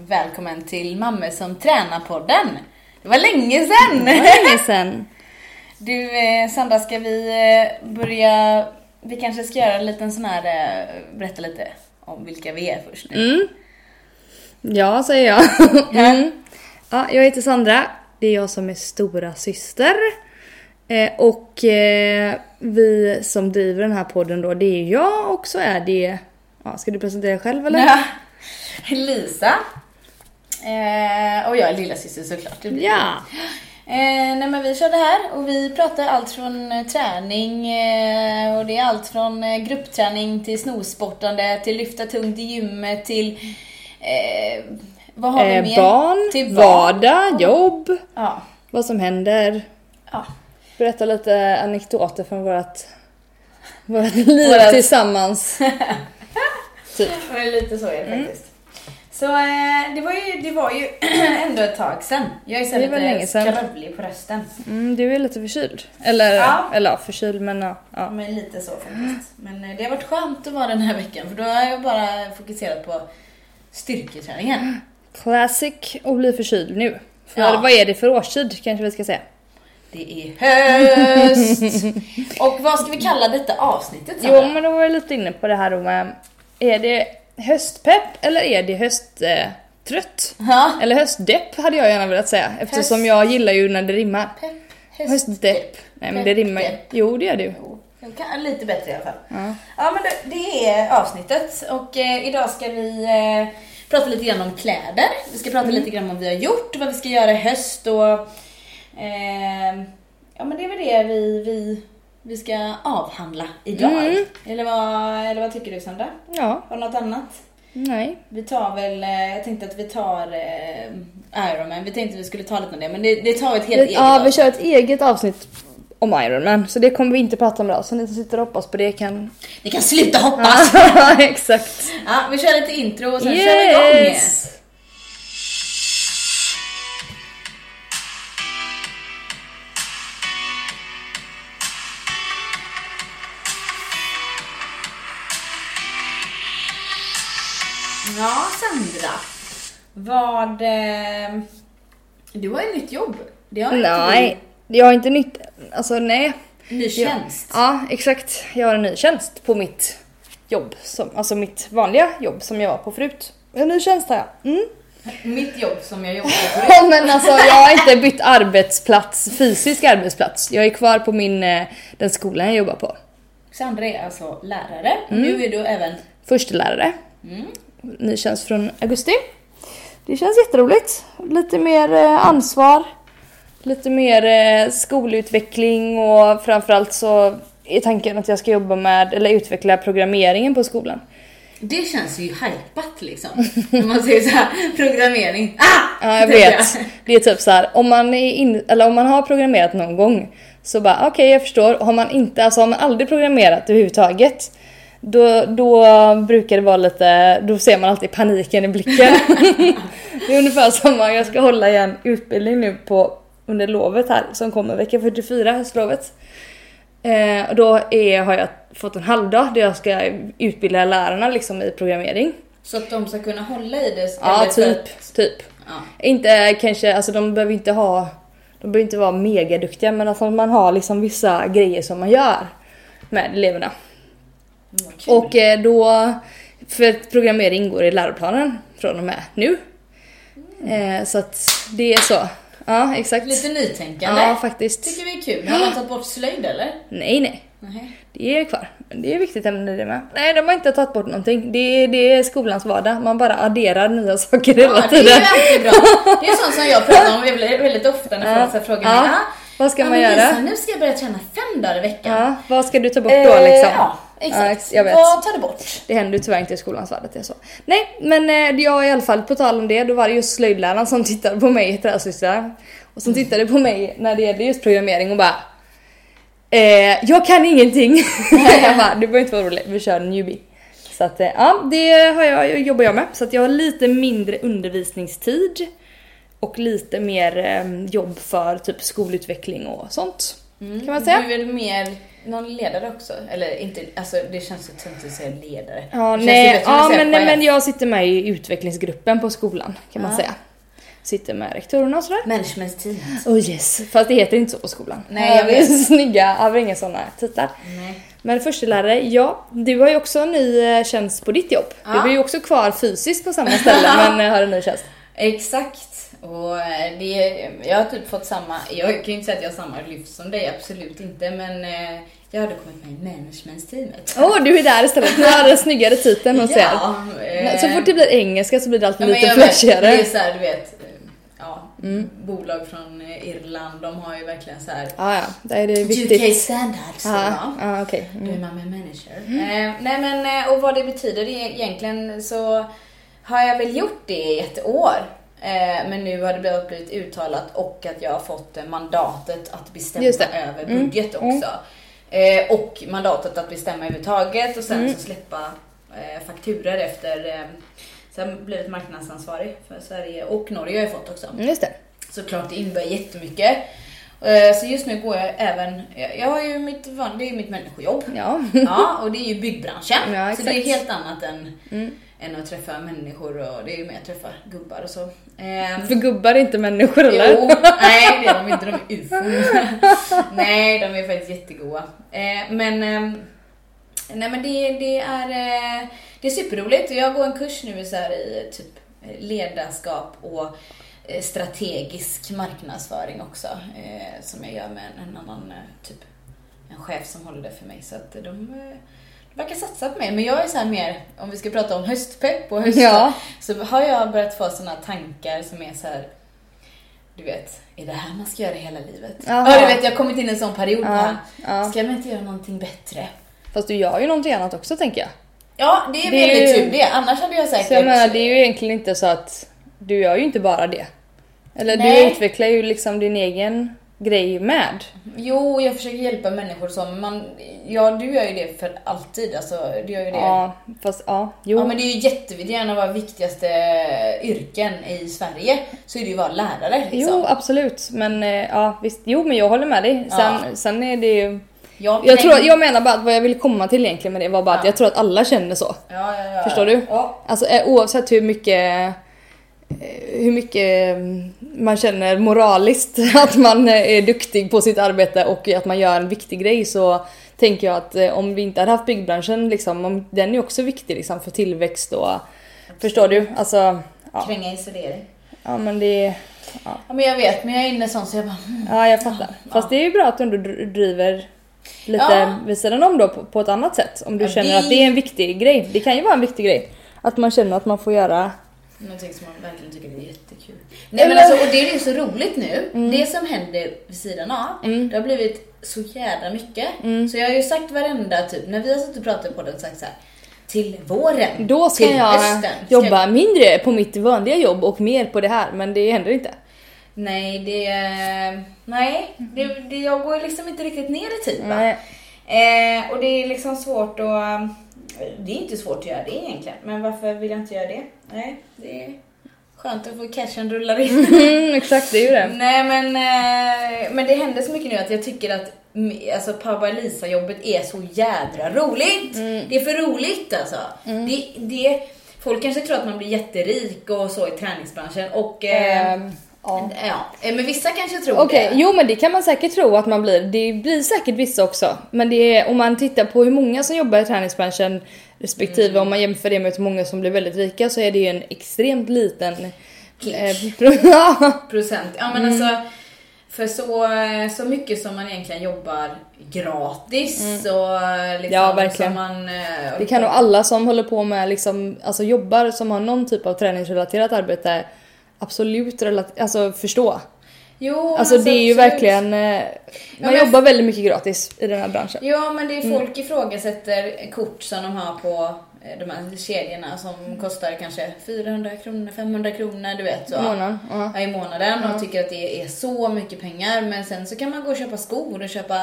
välkommen till Mamma som tränar-podden. Det var länge sedan. Du Sandra, ska vi börja, vi kanske ska göra en liten sån här, berätta lite om vilka vi är först nu. Ja, säger jag. Ja, jag heter Sandra. Det är jag som är stora syster. Och vi som driver den här podden då, det är jag och så är det... Ja, ska du presentera dig själv eller? Ja. Lisa. Och jag är lilla syster såklart. Ja. Nej men vi kör det här och vi pratar allt från träning och det är allt från gruppträning till snosportande till lyfta tungt i gymmet till vad har vi mer? Barn, till vardag, jobb, ja. Vad som händer. Ja. Berätta lite anekdoter från vårt liv tillsammans. Typ. Det var lite så faktiskt. Så det var ju ändå ett tag sedan. Jag är så lite skravlig på rösten. Du är lite förkyld. Eller förkyld men ja. Men lite så faktiskt. Men det har varit skönt att vara den här veckan. För då har jag bara fokuserat på styrketräningen. Classic och bli förkyld nu. För vad är det för årstid kanske vi ska säga? Det är höst. Och vad ska vi kalla detta avsnittet? Jo, men då var jag lite inne på det här då. Är det höstpepp eller är det hösttrött? Eller höstdepp hade jag gärna velat säga. Eftersom jag gillar ju när det rimmar. Höstdepp. Nej, men det rimmar ju. Jo, det gör det ju. Lite bättre i alla fall. Ja, men det är avsnittet. Och idag ska vi prata lite grann om kläder. Vi ska prata lite grann om vad vi har gjort, vad vi ska göra i höst. Och ja, men det är väl det vi ska avhandla idag. Eller vad tycker du, Sandra? Ja. Har något annat? Nej. Vi tar väl, jag tänkte att vi tar Ironman. Vi tänkte att vi skulle ta lite om det, men det tar ett helt eget avsnitt. Vi kör ett eget avsnitt om Ironman, så det kommer vi inte prata om idag. Så ni som sitter och hoppas på det kan... Ni kan sluta hoppas! Ja, exakt. Ja, vi kör lite intro och sen kör vi igång. Ja, Sandra. Du har ett nytt jobb. Det har nej, jag har inte nytt. Alltså nej. Ny tjänst. Ja, exakt. Jag har en ny tjänst på mitt jobb. Alltså mitt vanliga jobb som jag var på förut. En ny tjänst har jag. Mitt jobb som jag jobbar på. Ja, men alltså jag har inte bytt arbetsplats, fysisk arbetsplats. Jag är kvar på den skolan jag jobbar på. Sandra är alltså lärare. Och nu är du även förstelärare. Ny tjänst från augusti. Det känns jätteroligt. Lite mer ansvar. Lite mer skolutveckling. Och framförallt så är tanken att jag ska jobba med eller utveckla programmeringen på skolan. Det känns ju hypat liksom. När man säger så här, programmering. Ja, jag vet. Det är typ så här, om man har programmerat någon gång så bara okej, jag förstår. Har man aldrig programmerat överhuvudtaget, då brukar det vara lite, då ser man alltid paniken i blicken. Det är ungefär som jag ska hålla i en utbildning nu under lovet här som kommer vecka 44, höstlovet. Och då har jag fått en halvdag där jag ska utbilda lärarna liksom i programmering. Så att de ska kunna hålla i det? Ja, typ. Ja. Inte kanske, alltså de behöver inte vara mega duktiga, men alltså man har liksom vissa grejer som man gör med eleverna. Och då, för att programmering ingår i läroplanen från och med nu. Så att det är så. Ja, exakt. Lite nytänkande. Ja, faktiskt. Tycker vi är kul. Har man tagit bort slöjd eller? Nej. Det är kvar. Det är viktigt ämne det med. Nej, de har inte tagit bort någonting. Det är skolans vardag. Man bara adderar nya saker hela tiden. Det är väldigt bra. Det är sånt som jag pratar om väldigt ofta när folk frågar mig. Vad ska man göra? Nu ska jag börja träna 5 dagar i veckan. Ja, vad ska du ta bort då liksom? Ja, exakt. Jag vet. Vad tar du bort? Det händer ju tyvärr inte i skolans värld att det är så. Nej, men jag i alla fall på tal om det, då var det just slöjdläraren som tittade på mig, träsyster. Och som tittade på mig när det gällde just programmering och bara jag kan ingenting. Jag bara, du behöver inte vara orolig, vi kör newbie. Så att det jobbar jag med. Så att jag har lite mindre undervisningstid och lite mer jobb för typ skolutveckling och sånt. Kan man säga? Du är väl mer någon ledare också? Eller inte, alltså det känns ju töntigt att säga ledare. Ja, men jag sitter med i utvecklingsgruppen på skolan kan man säga. Sitter med rektorerna och sådär. Managementteamet. Oh yes, fast det heter inte så på skolan. Nej, jag vet. Snygga, jag har inga sådana titlar. Nej. Men förstelärare, ja, du har ju också en ny tjänst på ditt jobb. Du är ju också kvar fysiskt på samma ställe men har en ny tjänst. Exakt. Och jag har typ fått samma, jag kan ju inte säga att jag har samma lyft som dig, absolut inte, men jag hade kommit med i managementteamet. Du är där istället, nu har den snyggare titeln och ser. Så fort det blir engelska så blir det alltid lite flashigare. Det är så här, du vet, bolag från Irland, de har ju verkligen så här. Ja, det är det viktigt. UK standards. Okej. Då är man med manager. Nej men, och vad det betyder egentligen så har jag väl gjort det i ett år. Men nu har det blivit uttalat och att jag har fått mandatet att bestämma över budget också. Och mandatet att bestämma överhuvudtaget och sen så släppa fakturer efter. Sen blir det marknadsansvarig för Sverige och Norge har jag fått också. Just det. Såklart det innebär jättemycket. Så just nu går jag även, jag har ju det är mitt människojobb. Ja, och det är ju byggbranschen. Ja, så det är helt annat än att träffa människor och det är ju mer att träffa gubbar och så. För gubbar är inte människor eller? Jo, nej det är de inte, de är ufo. Nej, de är faktiskt jättegoda. Men det är superroligt. Jag går en kurs nu så här i typ ledarskap och strategisk marknadsföring också, som jag gör med en annan typ en chef som håller det för mig, så att de verkar satsa på mig. Men jag är så här mer, om vi ska prata om höstpepp och så har jag börjat få såna tankar som är så här, du vet, är det här man ska göra hela livet? Ja, du vet, jag har kommit in i en sån period här. Ska man inte göra någonting bättre? Fast du gör ju någonting annat också, tänker jag. Ja, det är väldigt tur det. Annars hade jag säkert... Så jag menar, det är ju egentligen inte så att du gör ju inte bara det. Eller du utvecklar ju liksom din egen grej med. Jo, jag försöker hjälpa människor som du gör ju det för alltid, alltså du gör ju det. Ja, fast jo. Ja, men det är ju jätteviktigt, en av våra viktigaste yrken i Sverige så är det ju att vara lärare liksom. Jo, absolut, men visst, men jag håller med dig. Sen är det ju jag menar bara att vad jag vill komma till egentligen med det var bara att jag tror att alla känner så. Ja. Förstår du? Ja. Alltså oavsett hur mycket man känner moraliskt att man är duktig på sitt arbete och att man gör en viktig grej, så tänker jag att om vi inte hade haft byggbranschen liksom, den är också viktig liksom för tillväxt och förstår du? Alltså kränga isolering. Ja, men det men jag vet, men jag är inne sån så jag bara Ja, jag fattar. Fast det är ju bra att du driver lite vid sidan om då på ett annat sätt. Om du känner att det är en viktig grej. Det kan ju vara en viktig grej. Att man känner att man får göra någonting som man verkligen tycker är jättekul. Nej, men alltså, och det är ju så roligt nu. Det som händer vid sidan av, det har blivit så jävla mycket. Så jag har ju sagt varenda typ, när vi har suttit och pratat på det och sagt så här, till våren, då ska jag hösten, jobba mindre på mitt vanliga jobb och mer på det här, men det händer inte. Nej, jag går liksom inte riktigt ner i tid, va? Och det är liksom svårt att... Det är inte svårt att göra det egentligen. Men varför vill jag inte göra det? Nej, det är skönt att få cashen rullar in. Exakt, det är ju det. Nej, men det händer så mycket nu att jag tycker att alltså, Power by Lisa-jobbet är så jädra roligt. Det är för roligt alltså. Folk kanske tror att man blir jätterik och så i träningsbranschen. Och... men vissa kanske tror det. Jo, men det kan man säkert tro att man blir. Det blir säkert vissa också. Men det är, om man tittar på hur många som jobbar i träningsbranschen respektive om man jämför det med hur många som blir väldigt rika, så är det ju en extremt liten procent. Ja, men alltså för så mycket som man egentligen jobbar gratis och liksom, verkligen. Det kan nog alla som håller på med liksom, alltså jobbar som har någon typ av träningsrelaterat arbete absolut förstå. Jo, alltså det är ju verkligen man jobbar väldigt mycket gratis i den här branschen. Ja, men det är folk ifrågasätter kort som de har på de här kedjorna som kostar kanske 400 kronor, 500 kronor, du vet så. I månaden och tycker att det är så mycket pengar, men sen så kan man gå och köpa skor och köpa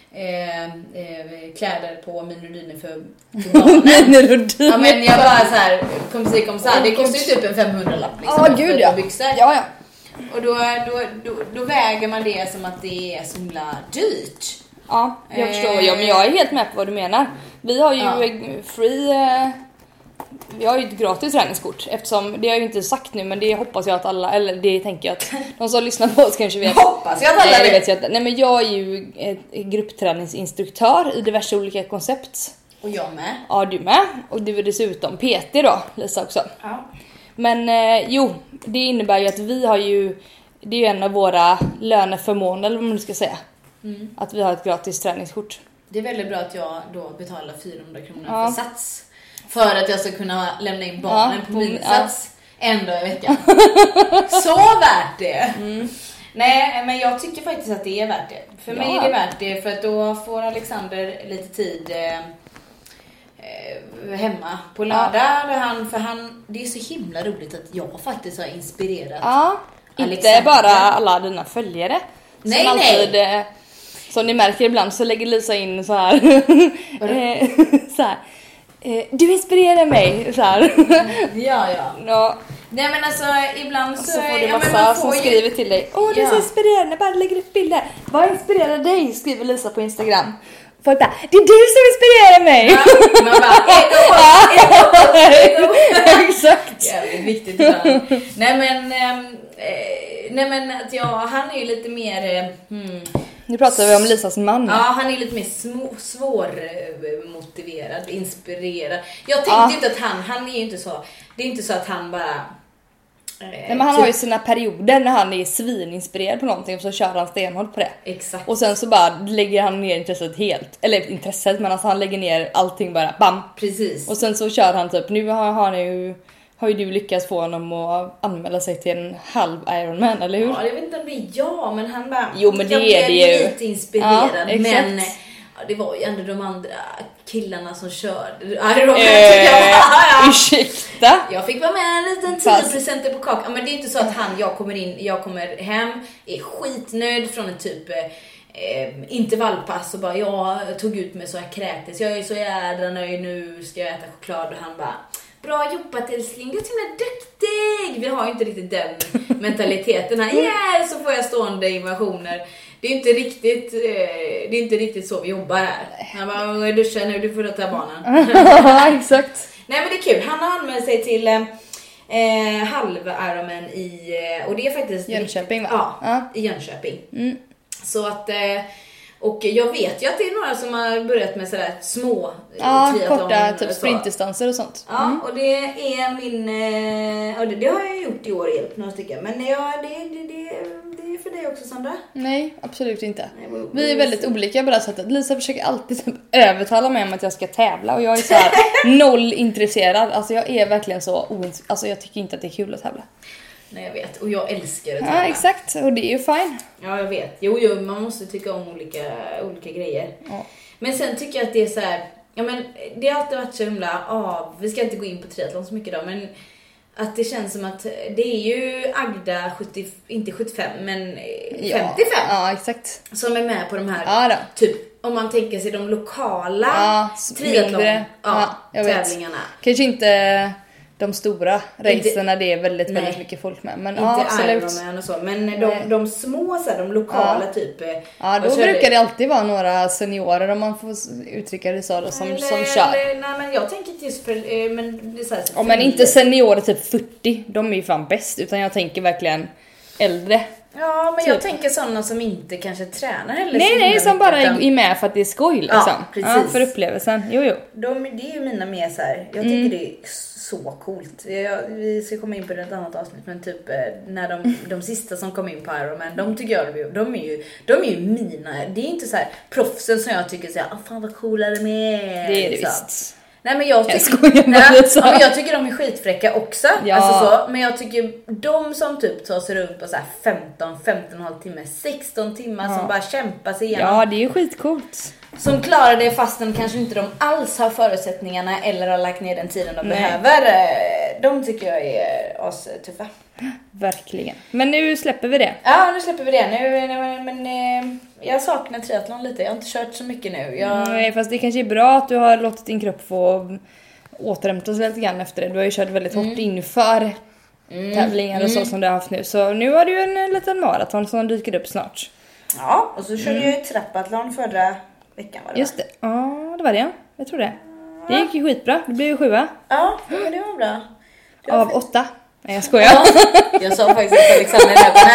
kläder på Minodyne för barnen. Ja, men jag bara så här kom så här, det kostar ju typ en 500-lapp liksom för byxor. Ja. Och då väger man det som att det är så himla dyrt. Ja, jag förstår. Ja, men jag är helt med på vad du menar. Vi har ju vi har ju ett gratis träningskort, eftersom det har jag ju inte sagt nu, men det hoppas jag att alla, eller det tänker jag att de som lyssnar på oss kanske vet. Hoppas jag att alla vet jag inte. Nej, men jag är ju gruppträningsinstruktör i diverse olika koncept. Och jag med. Ja, du med. Och du är dessutom PT då, Lisa också. Ja. Men det innebär ju att vi har ju, det är ju en av våra löneförmåner, eller vad man ska säga. Att vi har ett gratis träningskort. Det är väldigt bra att jag då betalar 400 kronor för sats. För att jag ska kunna lämna in barnen på min sats en dag i veckan. Så värt det! Nej, men jag tycker faktiskt att det är värt det. För mig är det värt det, för att då får Alexander lite tid hemma på lördag. Där det är så himla roligt att jag faktiskt har inspirerat Alexander. Inte bara alla dina följare. Nej, som alltid, som ni märker ibland så lägger Lisa in så här. Så här. Du inspirerar mig så här. Ja. Nej, men alltså ibland så får du massa som skriver till dig. Det är så inspirerande, bara lägger upp bilder. Vad inspirerar dig? Skriver Lisa på Instagram. Folk bara, det är du som inspirerar mig. Ja, man bara, exakt. Jävligt viktigt ibland. Nej men att han är ju lite mer Nu pratar vi om Lisas man. Ja, han är lite mer svårmotiverad, inspirerad. Jag tänkte inte att han är ju inte så. Det är inte så att han bara Nej, men han har ju sina perioder när han är svininspirerad på någonting och så kör han stenhårt på det. Exakt. Och sen så bara lägger han ner intresset helt. Eller intresset, men alltså han lägger ner allting bara, bam. Precis. Och sen så kör han typ, nu har ju du lyckats få honom att anmäla sig till en halv Ironman, eller hur? Ja, jag vet inte om det är men han bara... Jo, men det är det ju. Lite inspirerad, ja, men... det var ju ändå de andra killarna som körde. Ursäkta? Jag fick vara med en liten 10% på kakan. Men det är inte så att jag kommer hem, är skitnöjd från en typ intervallpass och bara jag tog ut mig så jag kräktes. Jag är så jävla nöjd, nu ska jag äta choklad. Och han bara, bra jobbat älskling, du är så himla duktig. Vi har ju inte riktigt den mentaliteten här. Så får jag stående invasioner. Det är inte riktigt så vi jobbar här. Han bara, duscha nu, du får ta barnen. Ja, exakt. Nej, men det är kul. Han har anmält sig till halv Ironman och det är faktiskt Jönköping, va? Ja, i Jönköping. Så att och jag vet ju att det är några som har börjat med sådär små korta typ sprintdistanser och sånt. Ja, och det är min det har jag gjort i år, hjälpt några stycken. Men det är för dig också, Sandra? Nej, absolut inte. Vi är väldigt olika på det sättet. Lisa försöker alltid typ övertala mig om att jag ska tävla och jag är så här noll intresserad. Alltså jag är verkligen så alltså jag tycker inte att det är kul att tävla. Nej, jag vet. Och jag älskar det. Ja, exakt. Och det är ju fine. Ja, jag vet. Jo, man måste tycka om olika grejer. Ja. Men sen tycker jag att det är så här... Ja, men det har alltid varit så himla... vi ska inte gå in på triathlon så mycket då, men... Att det känns som att det är ju Agda inte 75, men 55. Ja, exakt. Som är med på de här, typ, om man tänker sig de lokala triathlon tävlingarna. Kanske inte de stora racerna, det är väldigt mycket folk med. Men inte Ironman och så, men de små, så här, de lokala typ. Ja, då brukar det alltid vara några seniorer, om man får uttrycka det så, som kör. Nej, men jag tänker inte just för... Men det är så här, ja, men inte seniorer typ 40, de är ju fan bäst, utan jag tänker verkligen äldre. Ja, men jag tänker sådana som inte kanske tränar heller. Nej, som bara är med för att det är skoj liksom. Ja, precis. Ja, för upplevelsen. Jo. Det är ju mina mer så här. Jag tycker det är så coolt. Vi ska komma in på ett annat avsnitt, men typ när de sista som kom in på Ironman, de tycker jag de är ju mina. Det är inte så här proffsen som jag tycker så här, fan vad coola de är. Det är det visst. Nej, men jag tycker de är skitfräcka också. Ja. Alltså så, men jag tycker de som typ tar sig runt på så här 15,5 timmar, 16 timmar som bara kämpar sig igenom. Ja, det är ju skitcoolt. Som klarar det fastän kanske inte de alls har förutsättningarna eller har lagt ner den tiden de behöver. De tycker jag är tuffa. Verkligen. Men nu släpper vi det. Ja, nu släpper vi det. Men jag saknar triathlon lite. Jag har inte kört så mycket nu. Nej, fast det kanske är bra att du har låtit din kropp få återhämta sig lite grann efter det. Du har ju kört väldigt hårt inför tävlingar och så som du har haft nu. Så nu har du en liten maraton som dyker upp snart. Ja, och så körde jag ju trappatlon förra veckan var det. Just det, ja det var det. Jag tror det. Det gick ju skitbra, det blev ju 7. Ja, men det var bra. Av 8. Nej, jag skojar. Ja, jag sa faktiskt till Alexander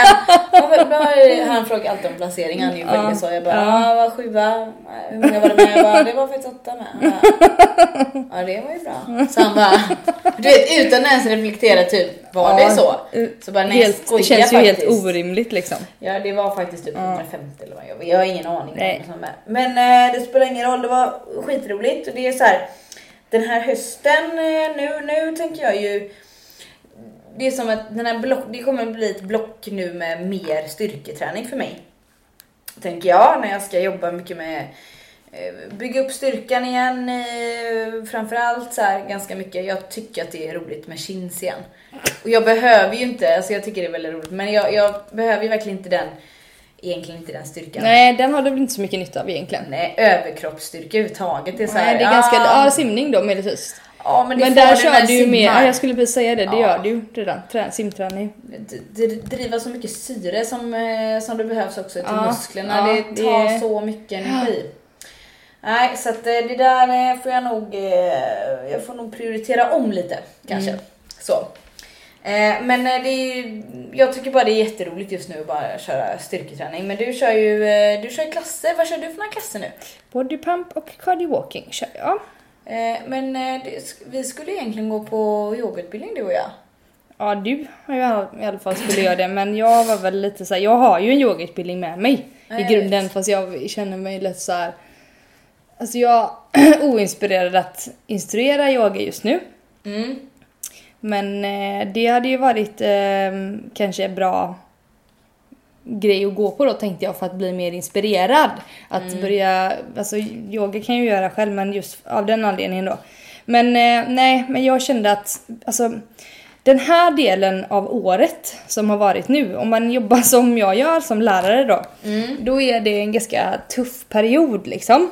han frågade alltid om placering. Han är ju väldigt så. Jag bara, var 7. Hur många var det med? Jag bara, det var faktiskt 8 med. Ja, det var ju bra. Så han bara, du vet, utan ens reflektera typ, var det så? Så bara, nej, helt, det känns ju faktiskt helt orimligt liksom. Ja, det var faktiskt typ 150 eller vad jag har ingen aning om. Men det spelar ingen roll, det var skitroligt. Och det är så här, den här hösten nu tänker jag ju, det är som att det kommer bli ett block nu med mer styrketräning för mig. Tänker jag, när jag ska jobba mycket med bygga upp styrkan igen, framförallt så här ganska mycket. Jag tycker att det är roligt med chins igen. Och jag behöver ju inte, alltså jag tycker det är väldigt roligt, men jag behöver ju verkligen inte egentligen inte den styrkan. Nej, den har du väl inte så mycket nytta av egentligen. Nej, överkroppsstyrka överhuvudtaget. Det är så här, nej, det är ganska simning då med det just. Ja, men där kör du ju med. Ja, jag skulle precis säga det. Det gör du ju redan. Simträning. Det driver så mycket syre som det behövs också till musklerna. Det tar så mycket energi. Nej, så att det där får jag får nog prioritera om lite kanske. Så. Men jag tycker bara det är jätteroligt just nu att bara köra styrketräning. Men du kör ju klasser. Vad kör du för några klasser nu? Body pump och cardio walking kör jag. Men vi skulle egentligen gå på yogautbildning, du och jag. Ja, du har ju i alla fall skulle göra det. Men jag var väl lite så här, jag har ju en yogautbildning med mig i grunden. Fast jag känner mig lite så här, alltså jag är oinspirerad att instruera yoga just nu. Men det hade ju varit kanske bra grej att gå på då, tänkte jag, för att bli mer inspirerad. Att börja, alltså yoga kan jag göra själv, men just av den anledningen då. Men men jag kände att alltså, den här delen av året som har varit nu, om man jobbar som jag gör som lärare då är det en ganska tuff period liksom.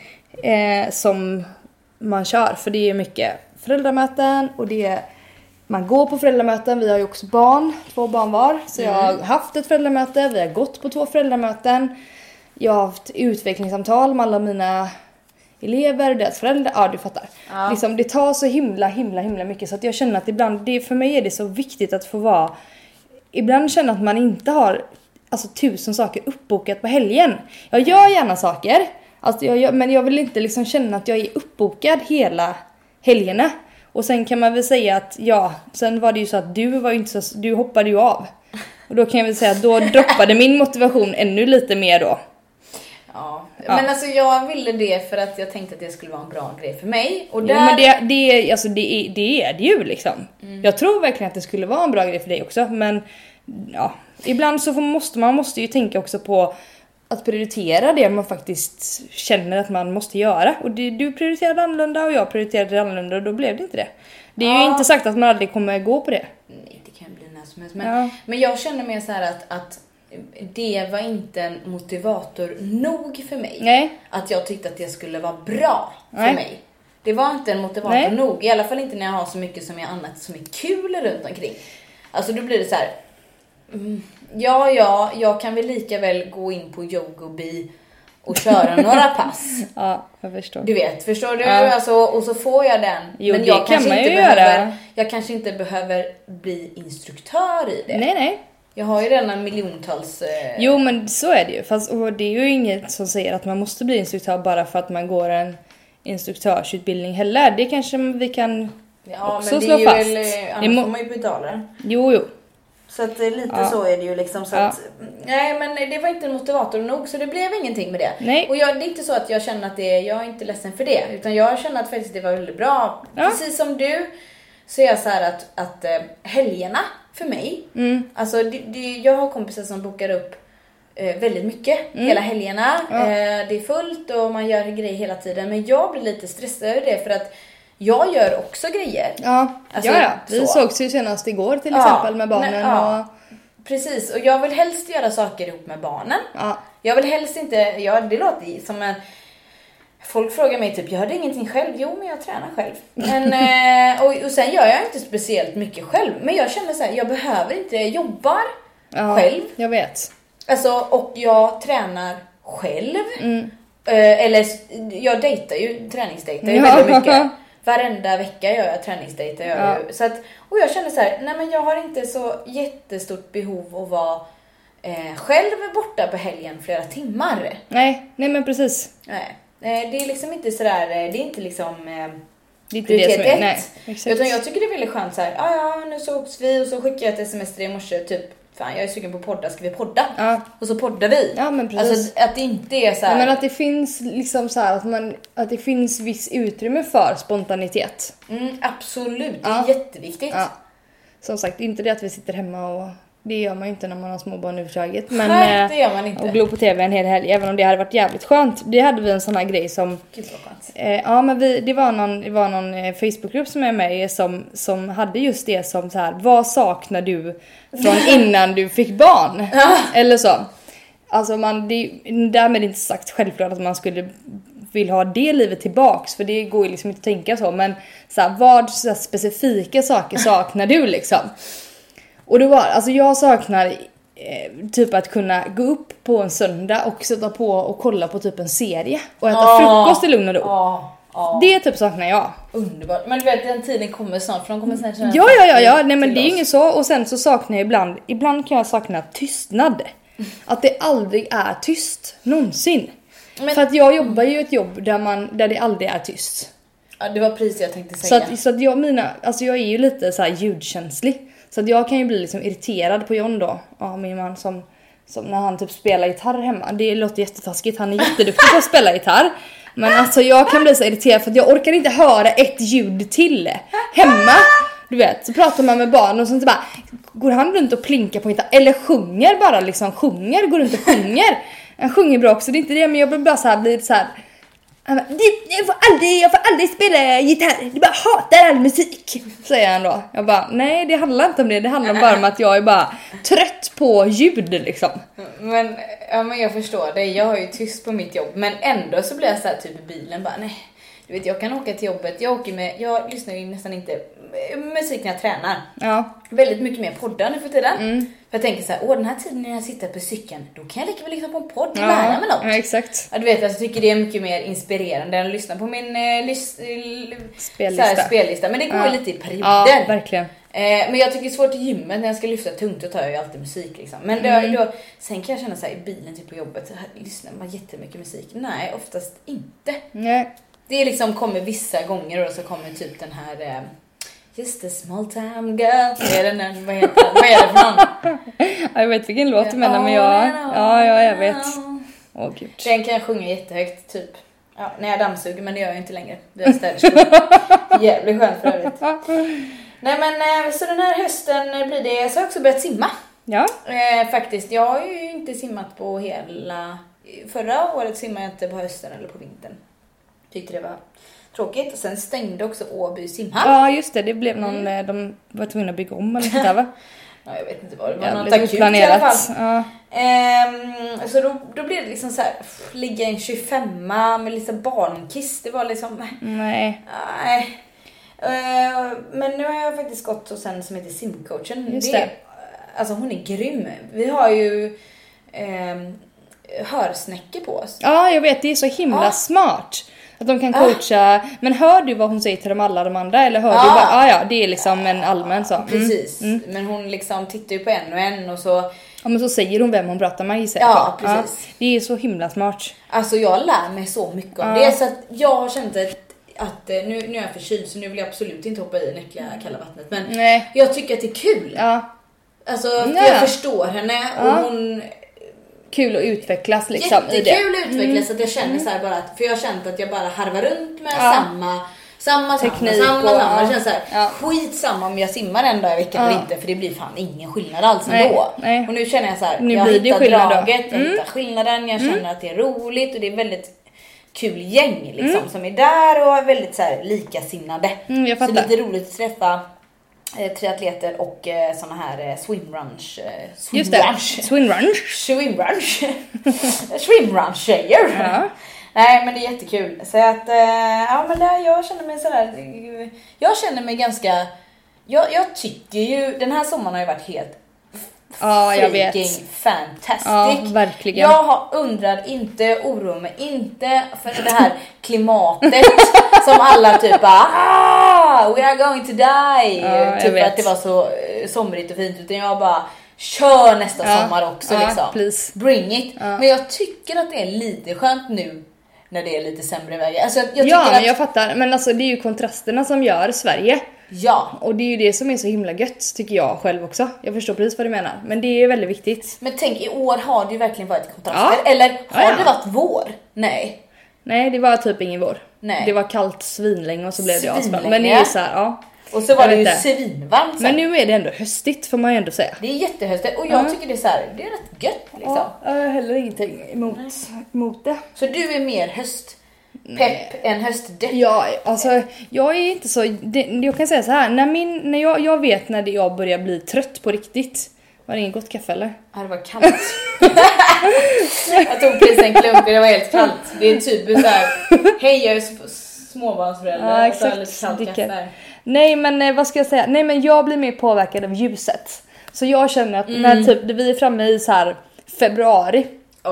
Som man kör, för det är mycket föräldramöten och man går på föräldramöten. Vi har ju också 2 barn var. Så jag har haft ett föräldramöte. Vi har gått på 2 föräldramöten. Jag har haft utvecklingssamtal med alla mina elever och deras föräldrar. Ja, du fattar. Ja. Liksom, det tar så himla mycket. Så att jag känner att ibland, för mig är det så viktigt att få vara. Ibland känner att man inte har 1000 saker uppbokat på helgen. Jag gör gärna saker. Alltså, men jag vill inte liksom känna att jag är uppbokad hela helgerna. Och sen kan man väl säga att sen var det ju så att du hoppade ju av. Och då kan jag väl säga att då droppade min motivation ännu lite mer då. Ja, men alltså jag ville det för att jag tänkte att det skulle vara en bra grej för mig. Och där... Ja, men det är det ju liksom. Jag tror verkligen att det skulle vara en bra grej för dig också. Men ibland så måste man ju tänka också på att prioritera det man faktiskt känner att man måste göra. Och du prioriterade annorlunda och jag prioriterade annorlunda och då blev det inte det. Det är ju inte sagt att man aldrig kommer gå på det. Nej, det kan bli när som helst. Men jag känner mer så här att det var inte en motivator nog för mig. Nej. Att jag tyckte att det skulle vara bra för mig. Det var inte en motivator nog. I alla fall inte när jag har så mycket som jag annat som är kul runt omkring. Alltså då blir det så här. Jag kan väl lika väl gå in på Yogobi och köra några pass. Ja, jag förstår. Förstår du? Ja. Alltså, och så får jag den. Men jag kanske inte behöver bli instruktör i det. Nej. Jag har ju redan miljontals... Jo, men så är det ju. Fast det är ju inget som säger att man måste bli instruktör bara för att man går en instruktörsutbildning heller. Det kanske vi kan också slå fast. Annars får man ju betala. Jo. Så att lite så är det ju liksom så att, nej, men det var inte en motivator nog, så det blev ingenting med det. Nej. Och det är inte så att jag känner att jag är inte ledsen för det, utan jag känner att faktiskt det var väldigt bra. Precis som du så är jag så här att helgerna för mig, alltså jag har kompisar som bokar upp väldigt mycket hela helgerna. Det är fullt och man gör grejer hela tiden, men jag blir lite stressad över det för att jag gör också grejer. Ja, alltså, vi sågs ju senast igår till exempel med barnen. Precis, och jag vill helst göra saker ihop med barnen. Ja. Jag vill helst inte, det låter som en... Folk frågar mig typ, gör du ingenting själv? Jo, men jag tränar själv. Men, och sen gör jag inte speciellt mycket själv. Men jag känner så här, jag behöver inte jobba själv. Jag vet. Alltså, och jag tränar själv. Eller jag träningsdejtar ju väldigt mycket. Varenda vecka gör jag träningsdejter. Så att, och jag känner så här, nej men jag har inte så jättestort behov att vara själv borta på helgen flera timmar. Nej men precis. Nej, det är liksom inte sådär, det är inte liksom... Det är inte det som är, nej, exakt. Utan jag tycker det är väldigt skönt så här, nu sågs vi och så skickade jag ett sms i morse typ, fan jag är sugen på podda, ska vi podda? Ja. Och så poddar vi. Ja, men precis. Alltså att det inte är så här... Ja, men att det finns liksom så här att det finns viss utrymme för spontanitet. Absolut, det är jätteviktigt. Ja. Som sagt, inte det att vi sitter hemma och det gör man ju inte när man har småbarn överhuvudtaget. Men nej, det gör man inte. Och glor på tv en hel helg, även om det hade varit jävligt skönt. Det hade vi en sån här grej som... Gud vad skönt. Ja, men det var någon Facebookgrupp som är med i som hade just det som så här: vad saknar du från innan du fick barn? Eller så. Alltså därmed inte sagt självklart att man skulle vill ha det livet tillbaks, för det går ju liksom inte att tänka så, men så här, vad så här, specifika saker saknar du liksom? Och det var, alltså jag saknar typ att kunna gå upp på en söndag och sätta på och kolla på typ en serie och äta frukost i lugn och ro. Det typ saknar jag. Underbart. Men du vet, den tiden kommer snart, för de kommer snart känna... Ja, nej men det är ju inget så. Och sen så saknar jag ibland kan jag sakna tystnad. Att det aldrig är tyst, någonsin. Men... För att jag jobbar ju ett jobb där det aldrig är tyst. Ja, det var precis jag tänkte säga. Så att jag är ju lite så här ljudkänslig. Så att jag kan ju bli liksom irriterad på John då. Ja, min man som när han typ spelar gitarr hemma. Det låter jättetaskigt, han är jätteduktig på att spela gitarr. Men alltså jag kan bli så irriterad för att jag orkar inte höra ett ljud till hemma. Du vet, så pratar man med barn och så bara går han runt och plinkar på gitarr. Eller sjunger bara liksom, går runt och sjunger. Han sjunger bra också, det är inte det, men jag blir bara så här, blir så här. Jag får aldrig spela gitarr. Du bara hatar all musik, säger han då. Jag bara, nej det handlar inte om det. Det handlar bara om att jag är bara trött på ljud liksom. Men jag förstår det. Jag har ju tyst på mitt jobb. Men ändå så blir jag så här typ i bilen bara, nej. Du vet, jag kan åka till jobbet. Jag lyssnar ju nästan inte musik när jag tränar. Ja. Väldigt mycket mer poddar nu för tiden. För jag tänker så här, den här tiden när jag sitter på cykeln, då kan jag lika väl lyssna på en podd och lära mig något. Ja, exakt. Ja, du vet, jag tycker det är mycket mer inspirerande än att lyssna på min spellista. Men det går lite i perioder. Ja, verkligen. Men jag tycker det är svårt i gymmet när jag ska lyfta tungt, och tar jag ju alltid musik liksom. Men då, sen kan jag känna så här i bilen typ på jobbet, lyssnar man jättemycket musik? Nej, oftast inte. Nej. Det är liksom kommer vissa gånger och så kommer typ den här Just a small time girl. Vad är det för någon? Jag vet vilken låt du menar, men jag vet. Åh gud. Den kan jag sjunga jättehögt typ. Ja, när jag dammsuger, men det gör jag inte längre. Vi har städerskor. Jävligt skönt för övrigt. Nej men så den här hösten blir det, så har jag också börjat simma. Ja. Faktiskt, jag har ju inte simmat på hela... Förra året simmade jag inte på hösten eller på vintern. Tyckte det var tråkigt. Och sen stängde också Åby simhall. Ja just det, det blev någon, de var tvungna att bygga om eller sånt där va? Ja, jag vet inte vad det var, något akut i alla fall. Ja. Så då blev det liksom så här, ligga en 25 med liksom barnkiss. Det var liksom... Nej. Men nu har jag faktiskt gått hos en som heter simcoachen. Just det. Alltså hon är grym. Vi har ju hörsnäckor på oss. Ja, jag vet, det är så himla smart. Att de kan coacha. Men hör du vad hon säger till alla de andra? Eller hör du bara, det är liksom en allmän så. Precis. Men hon liksom tittar ju på en och så... Ja, men så säger hon vem hon pratar med i sig. Ja, precis. Det är så himla smart. Alltså jag lär mig så mycket om det. Så att jag har känt att nu är jag förkyld, så nu vill jag absolut inte hoppa i det äckliga kalla vattnet. Men jag tycker att det är kul. Ja. Alltså, jag förstår henne och hon... Kul att utvecklas liksom. Jättekul att utvecklas, att jag känner så här bara att, för jag har känt att jag bara harvar runt med samma teknik samma. Jag känner så här, skitsamma om jag simmar en dag i veckan eller inte, för det blir fan ingen skillnad alls ändå. Och nu känner jag så här, jag hittar draget, jag hittar skillnaden, jag känner att det är roligt och det är väldigt kul gäng liksom som är där och är väldigt så här likasinnade. Så det är lite roligt att träffa triatleter och såna här swimrunch tjejer. Ja. Nej, men det är jättekul. Så att jag känner mig sådär, jag känner mig ganska, jag tycker ju, den här sommaren har ju varit helt jag vet. Fantastic. Ja, verkligen. Jag undrar inte, oroar mig inte för det här klimatet som alla typ we are going to die. Typ att det var så somrigt och fint, utan jag bara kör nästa sommar också liksom. Please. Bring it. Men jag tycker att det är lite skönt nu när det är lite sämre vägar. Alltså, jag fattar. Men alltså, det är ju kontrasterna som gör Sverige. Ja. Och det är ju det som är så himla gött, tycker jag själv också. Jag förstår precis vad du menar. Men det är väldigt viktigt. Men tänk, i år har det ju verkligen varit kontraster. Ja. Eller har det varit vår? Nej. Nej, det var typ ingen vår. Nej. Det var kallt svinlänge och så blev det asfalt. Men det är så här, Och så var det ju svinvarmt. Men nu är det ändå höstigt, får man ju ändå säga. Det är jättehöstigt. Och jag tycker det är så här, det är rätt gött liksom. Ja, jag har heller ingenting emot det. Så du är mer höstpepp än höstdepp? Ja, alltså jag är inte så... jag kan säga så här, när jag vet när jag börjar bli trött på riktigt. Var det ingen gott kaffe eller? Ja, det var kallt. Jag tog precis en klunk och det var helt kallt. Det är typ så här, hej jag är småbarnsförälder. Ja, exakt. Nej, men vad ska jag säga? Nej, men jag blir mer påverkad av ljuset. Så jag känner att när typ vi är framme i så här februari.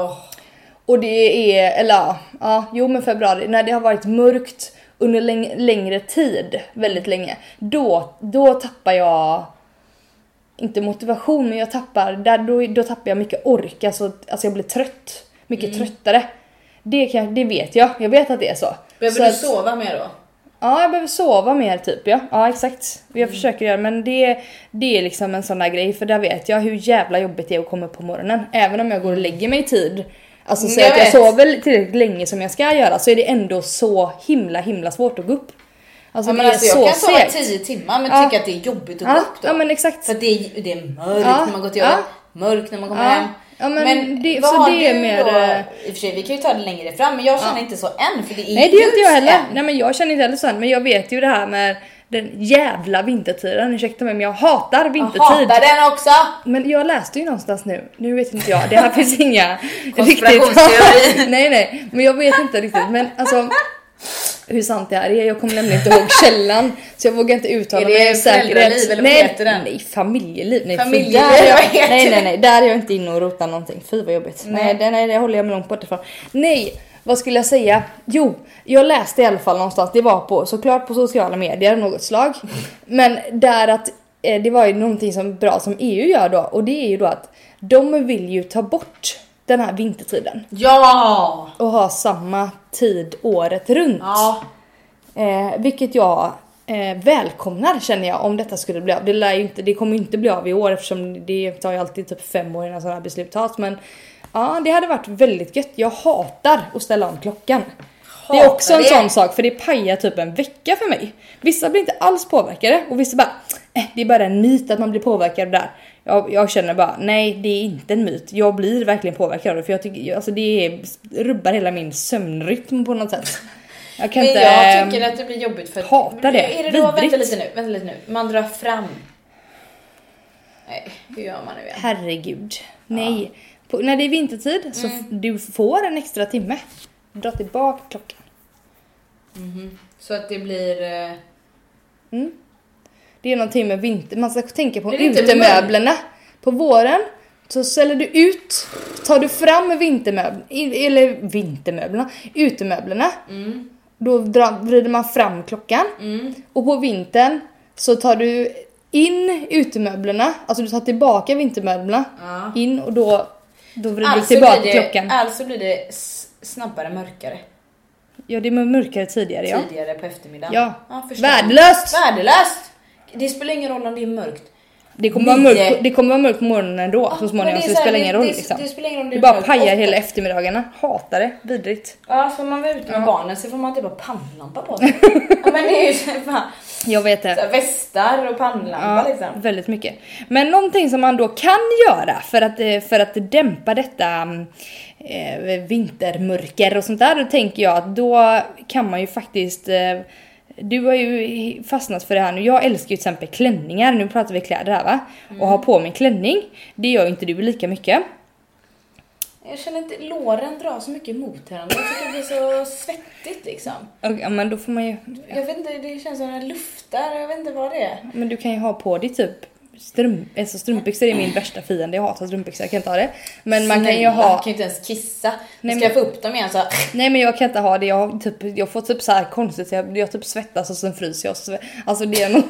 Och det är, eller februari, när det har varit mörkt under längre tid, väldigt länge. Då tappar jag inte motivation, men jag tappar då tappar jag mycket ork, alltså jag blir trött, mycket tröttare. Det vet jag. Jag vet att det är så. Behöver du sova mer då? Ja, jag behöver sova mer typ, ja exakt. Jag försöker göra, men det är liksom en sån där grej, för där vet jag hur jävla jobbigt det är att komma upp på morgonen. Även om jag går och lägger mig i tid, alltså så att jag sover tillräckligt länge som jag ska göra, så är det ändå så himla svårt att gå upp. Alltså, men alltså jag kan sova 10 timmar men tycker att det är jobbigt att gå upp då. Ja, men exakt. För det är mörkt när man går till jobbet, mörkt när man kommer hem. Ja, men det, så det är mer i och för sig, vi kan ju ta det längre fram, men jag känner inte så än, för det är nej, det gör inte jag heller. Nej, men jag känner inte heller så än, men jag vet ju det här med den jävla vintertiden. Ursäkta mig, men jag hatar vintertid. Jag hatar den också. Men jag läste ju någonstans nu vet inte jag. Det här finns inga konspirationsteori. Nej, men jag vet inte riktigt, men alltså hur sant det här är. Jag kommer nämligen inte ihåg källan, så jag vågar inte uttala mig med säkerhet. Eller nej, familjeliv. Nej, nej, där är jag inte inne och rotar någonting. Fy vad jobbigt. Nej, det håller jag mig långt bort ifrån. Nej, vad skulle jag säga? Jo, jag läste i alla fall någonstans. Det var såklart på sociala medier av något slag. Men där att det var ju någonting som bra som EU gör då. Och det är ju då att de vill ju ta bort den här vintertiden. Ja! Och ha samma tid året runt. Ja. Vilket jag välkomnar, känner jag, om detta skulle bli av. Det kommer ju inte bli av i år, eftersom det tar ju alltid typ 5 år innan sådana här beslut tas. Men ja, det hade varit väldigt gött. Jag hatar att ställa om klockan. Det är också en sån sak, för det pajar typ en vecka för mig. Vissa blir inte alls påverkade och vissa bara, det är bara en myt att man blir påverkad där. Jag känner bara, nej, det är inte en myt. Jag blir verkligen påverkad av det, för jag tycker, alltså det rubbar hela min sömnrytm på något sätt. Jag tycker att det blir jobbigt för hatar det. Är det då, vänta lite nu. Man drar fram. Nej, hur gör man nu igen? Herregud. Nej. När det är vintertid så du får en extra timme. Dra tillbaka klockan. Så att det blir det är någonting med vinter. Man ska tänka på utemöblerna. På våren så ställer du ut, tar du fram utemöblerna. Då vrider man fram klockan. Och på vintern så tar du in utemöblerna. Alltså du tar tillbaka vintermöblerna in, och då vrider du tillbaka klockan. Alltså blir det snabbare mörkare. Ja, det är mörkare tidigare, Tidigare på eftermiddagen. Ja. Värdelöst! Det spelar ingen roll om det är mörkt. Det kommer vara mörkt på morgonen ändå, så småningom, så det spelar ingen roll liksom. Det spelar ingen roll om det bara pajar hela eftermiddagarna. Hatar det, vidrigt. Ja, så man var ute med barnen så får man typ bara pannlampa på sig. Ja, men det är ju så här, jag vet det. Så västar och pannlampa liksom. Väldigt mycket. Men någonting som man då kan göra för att dämpa detta vintermörker och sånt där, då tänker jag att då kan man ju faktiskt du har ju fastnat för det här nu. Jag älskar ju till exempel klänningar. Nu pratar vi kläder här, va? Och ha på mig klänning. Det gör ju inte du lika mycket. Jag känner inte låren drar så mycket emot här. Jag tycker det blir så svettigt liksom. Ja, men då får man ju... Jag vet inte, det känns som en luftar. Jag vet inte vad det är. Men du kan ju ha på dig typ strumpbyxor är min värsta fiende. Jag hatar strumpbyxor, jag kan inte ha det. Men man kan ju ha... Jag kan ju inte ens kissa. Ska jag få upp dem igen så... Nej, men jag kan inte ha det. Jag får typ så här konstigt. Jag typ svettas och sen fryser jag. Alltså det är något...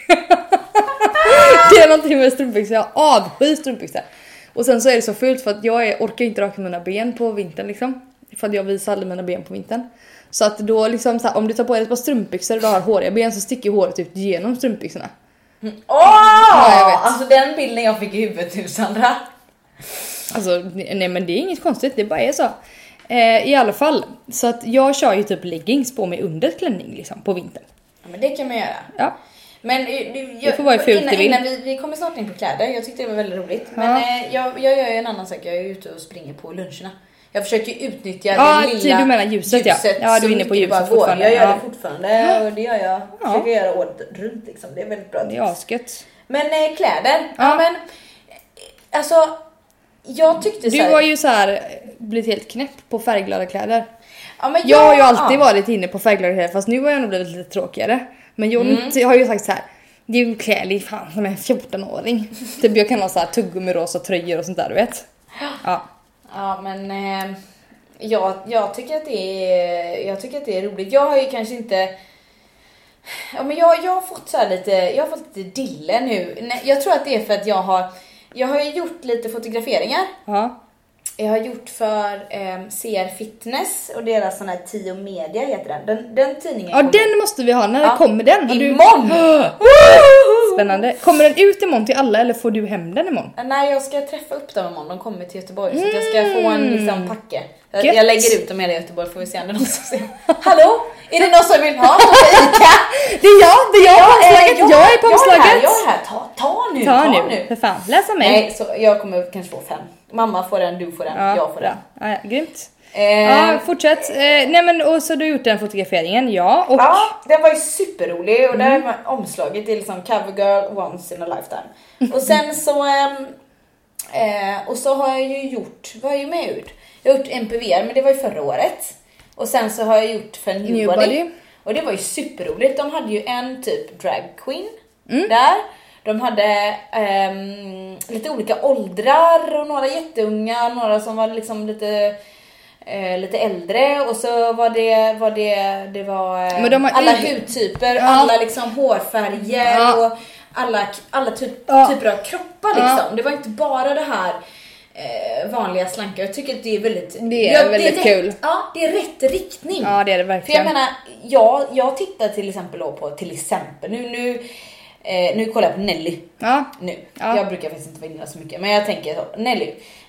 det är någonting med strumpbyxor. Jag avskyr strumpbyxor. Och sen så är det så fult för att jag orkar inte raka mina ben på vintern liksom. För att jag visar aldrig mina ben på vintern. Så att då liksom så här, om du tar på dig ett par strumpbyxor och du har håriga ben så sticker håret ut genom strumpbyxorna. Ja, jag vet. Alltså den bilden jag fick i huvudet nu, Sandra. Alltså nej, men det är inget konstigt, det bara är så. I alla fall, så att jag kör ju typ leggings på mig under klänning liksom på vintern. Ja, men det kan man göra. Ja. Men får vara fult innan vi kommer snart in på kläder. Jag tyckte det var väldigt roligt. Men jag gör ju en annan sak. Jag är ute och springer på luncherna. Jag försöker utnyttja det lilla du menar ljuset ja, du är inne på ljuset fortfarande. Jag gör det fortfarande och det gör jag. Försöker göra året runt liksom. Det är väldigt bra. Det är asgött. Men kläder. Ja, men alltså jag tyckte du var ju så här blivit helt knäpp på färgglada kläder. Ja, men jag har ju alltid varit inne på färgglada kläder, fast nu har jag nog blivit lite tråkigare. Men jag har ju sagt så här: det är ju kläder fan som en 14-åring. Typ jag kan ha så här tuggummi rosa tröjor och sånt där, du vet. Ja, men jag tycker att det är roligt. Jag har ju kanske inte... Ja, men jag har fått så här lite... Jag har fått lite dille nu. Jag tror att det är för att jag har ju gjort lite fotograferingar. Ja. Jag har gjort för CR Fitness och deras sån här Tio Media heter den tidningen. Ja, den måste vi ha. När kommer den? Imorgon! Spännande. Kommer den ut imorgon till alla eller får du hem den imorgon? Nej, jag ska träffa upp dem imorgon. De kommer till Göteborg så jag ska få en liksom packe. Jag lägger ut dem i Göteborg, får vi se om det är någon som ser. Hallå? Är det någon som vill ha? Ica? Det är jag. Jag är på omslaget. Jag är här. Ta nu. För fan, läsa mig. Nej, så jag kommer kanske få 5. Mamma får den, du får den, jag får den. Ja, grymt. Ja, fortsätt. Nej men och så du har gjort den fotograferingen, ja. Och... Ja, den var ju superrolig och där var omslaget är liksom cover girl once in a lifetime. Och sen så och så har jag ju gjort, vad har jag med ut? Jag har gjort MPVR, men det var ju förra året. Och sen så har jag gjort för Newbody. Och det var ju superroligt. De hade ju en typ drag queen där. De hade lite olika åldrar och några jätteunga, några som var liksom lite äldre och så var det var alla hudtyper, alla liksom hårfärger och alla typer av kroppar liksom. Det var inte bara det här vanliga slanka. Jag tycker att det är väldigt väldigt kul. Ja, det är rätt riktning. Ja, det är det verkligen. För jag menar, jag tittar till exempel på nu kollar jag på Nelly. Ja. Nu. Ja. Jag brukar faktiskt inte vara inne så mycket, men jag tänker så, Nelly.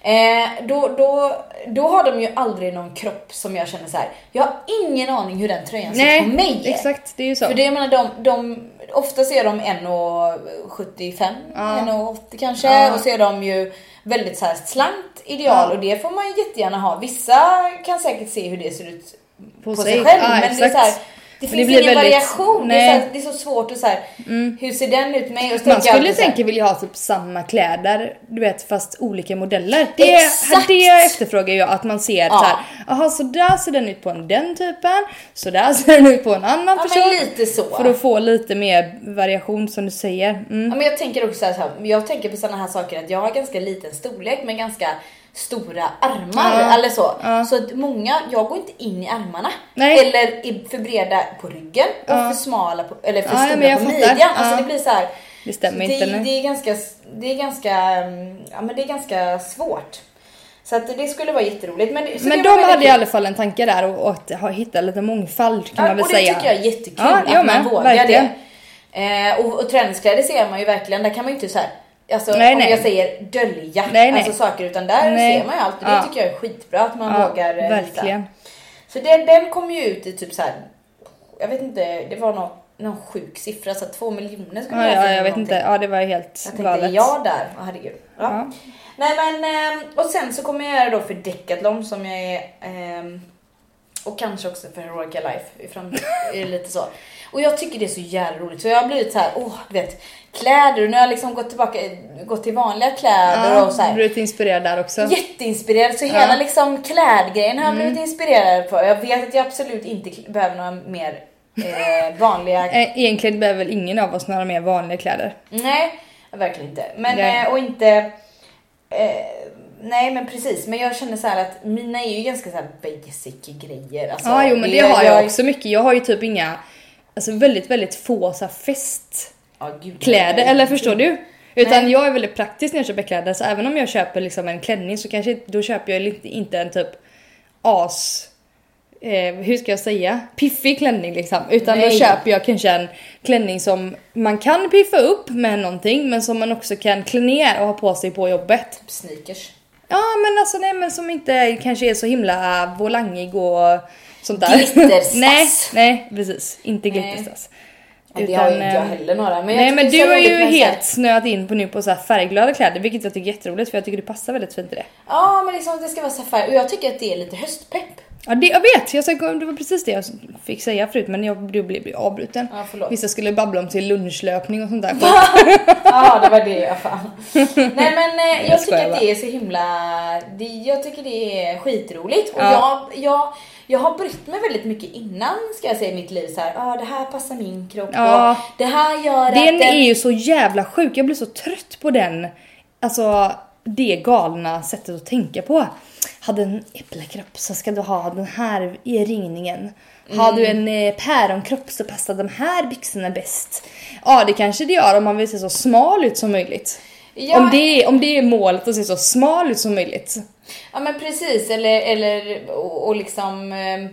Då har de ju aldrig någon kropp som jag känner så här. Jag har ingen aning hur den tröjan ser på mig. Exakt, det är ju så. För det, jag menar, de ofta ser de 1,75, 1,80 kanske, och så är de ju väldigt så här slankt ideal, och det får man ju jättegärna ha. Vissa kan säkert se hur det ser ut på sig själv, men det är så här, det finns ingen variation. Det är så svårt att så här, hur ser den ut med? Och man skulle tänka vilja ha typ samma kläder, du vet, fast olika modeller. Det efterfrågar jag, att man ser så här, aha, så där ser den ut på den typen, så där ser den ut på en annan person. Men lite så. För att få lite mer variation som du säger. Ja, men jag tänker också så här, jag tänker på sådana här saker att jag har ganska liten storlek men ganska stora armar eller så. Så att jag går inte in i armarna. Nej. Eller är för breda på ryggen och för smala eller för stora på midjan. Alltså det blir så här. Det stämmer inte nu. Det är ganska svårt. Så att det skulle vara jätteroligt. Men de hade i alla fall en tanke där och att hitta lite mångfald, kan man väl säga. Och det tycker jag är jättekul att man vågar verkligen. Det. Och träningskläder ser man ju verkligen. Där kan man ju inte så här. Alltså om jag säger dölja alltså saker, utan där ser man ju allt, och det tycker jag är skitbra att man vågar verkligen. Så den kom ju ut i typ så här, jag vet inte, det var någon sjuk siffra, så 2 miljoner skulle jag vet inte. Ja, det var helt galet. Där, herregud. Ja. Nej men och sen så kommer jag göra då för Decathlon som jag är och kanske också för Heroica Life är lite så. Och jag tycker det är så jävla roligt. Så jag har blivit så här, du vet, kläder. Och nu har jag liksom gått till vanliga kläder och så här. Blivit inspirerad där också. Jätteinspirerad. Så hela liksom klädgrejen har jag blivit inspirerad på. Jag vet att jag absolut inte behöver några mer vanliga. Egentligen behöver väl ingen av oss några mer vanliga kläder. Nej. Verkligen inte. Men och inte nej men precis, men jag känner så här att mina är ju ganska så här basic grejer alltså, ja, jo men det har jag också mycket. Jag har ju typ inga, alltså väldigt väldigt få så här festkläder, eller förstår du? Utan nej. Jag är väldigt praktisk när jag köper kläder, så även om jag köper liksom en klänning så kanske då köper jag inte en typ hur ska jag säga, piffig klänning liksom, utan då köper jag kanske en klänning som man kan piffa upp med någonting, men som man också kan klä ner och ha på sig på jobbet. Typ sneakers. Ja, men alltså nej, men som inte kanske är så himla volangig och sånt där. Glitterstass. nej, precis. Inte glitterstass. Det har ju inte jag heller några. Men nej, men du har ju helt snöat in nu på så här färgglada kläder, vilket jag tycker är jätteroligt, för jag tycker du passar väldigt fint i det. Ja, men liksom det ska vara så här färg. Och jag tycker att det är lite höstpepp. Ja, jag vet. Det var precis det jag fick säga förut, men du blev avbruten. Ja, vissa skulle babbla om till lunchlöpning och sånt där. Ja, det var det jag fan. Nej, men jag tycker att det är så himla... Jag tycker det är skitroligt. Och jag har brytt mig väldigt mycket innan, ska jag säga, i mitt liv så här, det här passar min kropp och det här gör den är ju så jävla sjuk. Jag blir så trött på den. Alltså, det galna sättet att tänka på. Har du en äppelkropp så ska du ha den här i ringningen. Har du en päronkropp så passar de här byxorna bäst. Ja, det kanske det gör om man vill se så smal ut som möjligt. Ja. Om det är målet att se så smal ut som möjligt. Ja, men precis. Eller och liksom...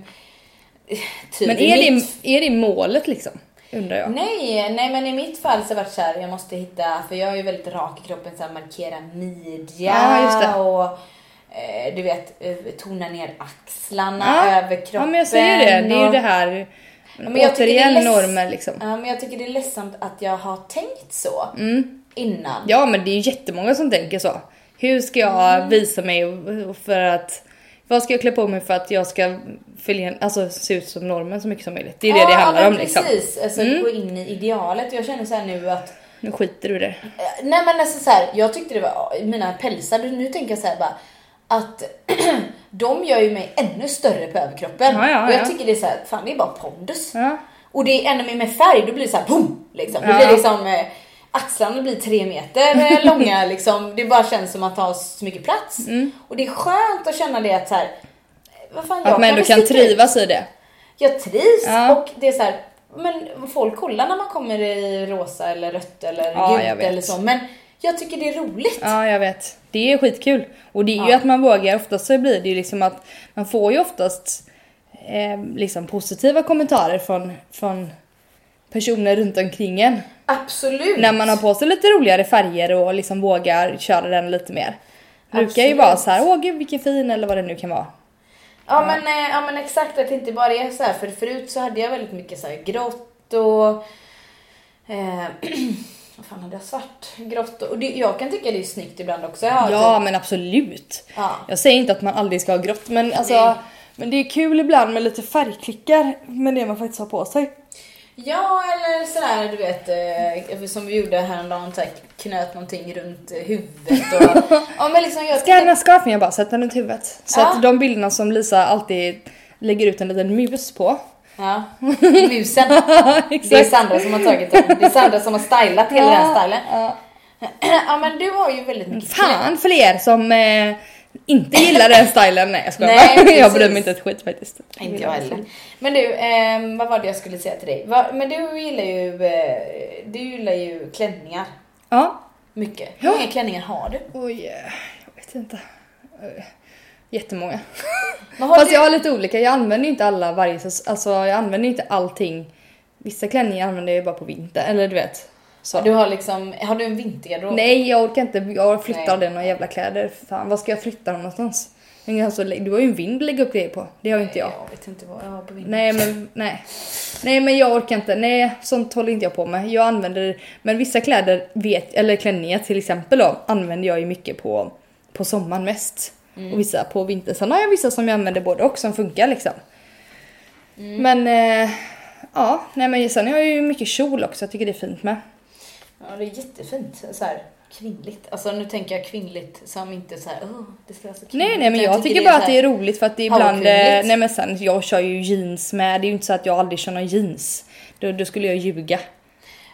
men är det målet liksom? Undrar jag. Nej, men i mitt fall så var det så här, jag måste hitta... För jag är ju väldigt rak i kroppen, så här, markera midja. Ja, just det. Och... du vet, tona ner axlarna över kroppen. Ja, men jag säger det. Det är ju det här. Men återigen normer liksom. Ja, men jag tycker det är ledsamt att jag har tänkt så innan. Ja, men det är ju jättemånga som tänker så. Hur ska jag visa mig för att... Vad ska jag klä på mig för att jag ska se ut som normen så mycket som möjligt? Det är det handlar om liksom. Precis. Alltså gå in i idealet. Jag känner så här nu att... Nu skiter du det. Nej, men alltså så här, jag tyckte det var... Mina pälsar, nu tänker jag så här bara... Att de gör ju mig ännu större på överkroppen. Och jag tycker det är så här, fan det är bara pondus. Ja. Och det är ännu med färg, då blir det så här boom, liksom. Det blir liksom axlarna blir 3 meter långa liksom. Det bara känns som att ha så mycket plats. Och det är skönt att känna det att så här, vad fan, att man ändå kan trivas i det. Jag trivs och det är så här, men folk kollar när man kommer i rosa eller rött eller gult eller så, men jag tycker det är roligt. Ja, jag vet. Det är skitkul. Och det är ju att man vågar. Oftast så blir det ju liksom att man får ju oftast liksom positiva kommentarer från personer runt omkring en. Absolut. När man har på sig lite roligare färger och liksom vågar köra den lite mer. Det brukar ju vara så här, åh gud vilken fin, eller vad det nu kan vara. Ja, men exakt, att det inte bara är så här. För förut så hade jag väldigt mycket så här grått och... vad fan hade jag, svart, grått och jag kan tycka det är snyggt ibland också. Ja, men absolut. Jag säger inte att man aldrig ska ha grått, men alltså, men det är kul ibland med lite färgklickar med det man faktiskt har på sig. Ja, eller sådär, du vet, som vi gjorde häromdagen, så här, knöt någonting runt huvudet och ja, men liksom jag tycker... Scarfen jag bara sätta runt huvudet. Så att de bilderna som Lisa alltid lägger ut en liten mus på. Ja, musen. Det är Sandra som har tagit dem. Det är Sandra som har stylat hela den stylen. Ja, men du har ju väldigt mycket... Fan för er som inte gillar den stylen. Nej, jag skojar. Nej, jag bedömer inte ett skit faktiskt. Inte jag heller. Men du, vad var det jag skulle säga till dig? Men du gillar ju klänningar. Ja. Mycket. Hur många klänningar har du? Oj, jag vet inte. Jättemånga. Fast jag har lite olika. Jag använder inte alla varje... Alltså jag använder inte allting. Vissa klänningar använder jag bara på vinter. Eller du vet. Så. Du har liksom... Har du en vintergarderob? Nej, jag orkar inte. Jag flyttar den några jävla kläder. Fan, vad ska jag flytta dem någonstans? Alltså, du har ju en vind att lägga upp grejer på. Det har inte jag. Jag vet inte vad jag har på vind. Nej, men jag orkar inte. Nej, sånt håller inte jag på med. Jag använder... Men vissa kläder eller klänningar till exempel då, använder jag ju mycket på sommaren mest. Och vissa på vintern. Sen har jag vissa som jag använder både och som funkar liksom. Men men sen har jag ju mycket kjol också. Jag tycker det är fint med. Ja, det är jättefint. Så här kvinnligt. Alltså nu tänker jag kvinnligt som inte så här, det ska vara så kvinnligt. Nej, men jag tycker bara att det är roligt för att det är ibland... Nej, men sen jag kör ju jeans med. Det är ju inte så att jag aldrig kör någon jeans. Då skulle jag ljuga.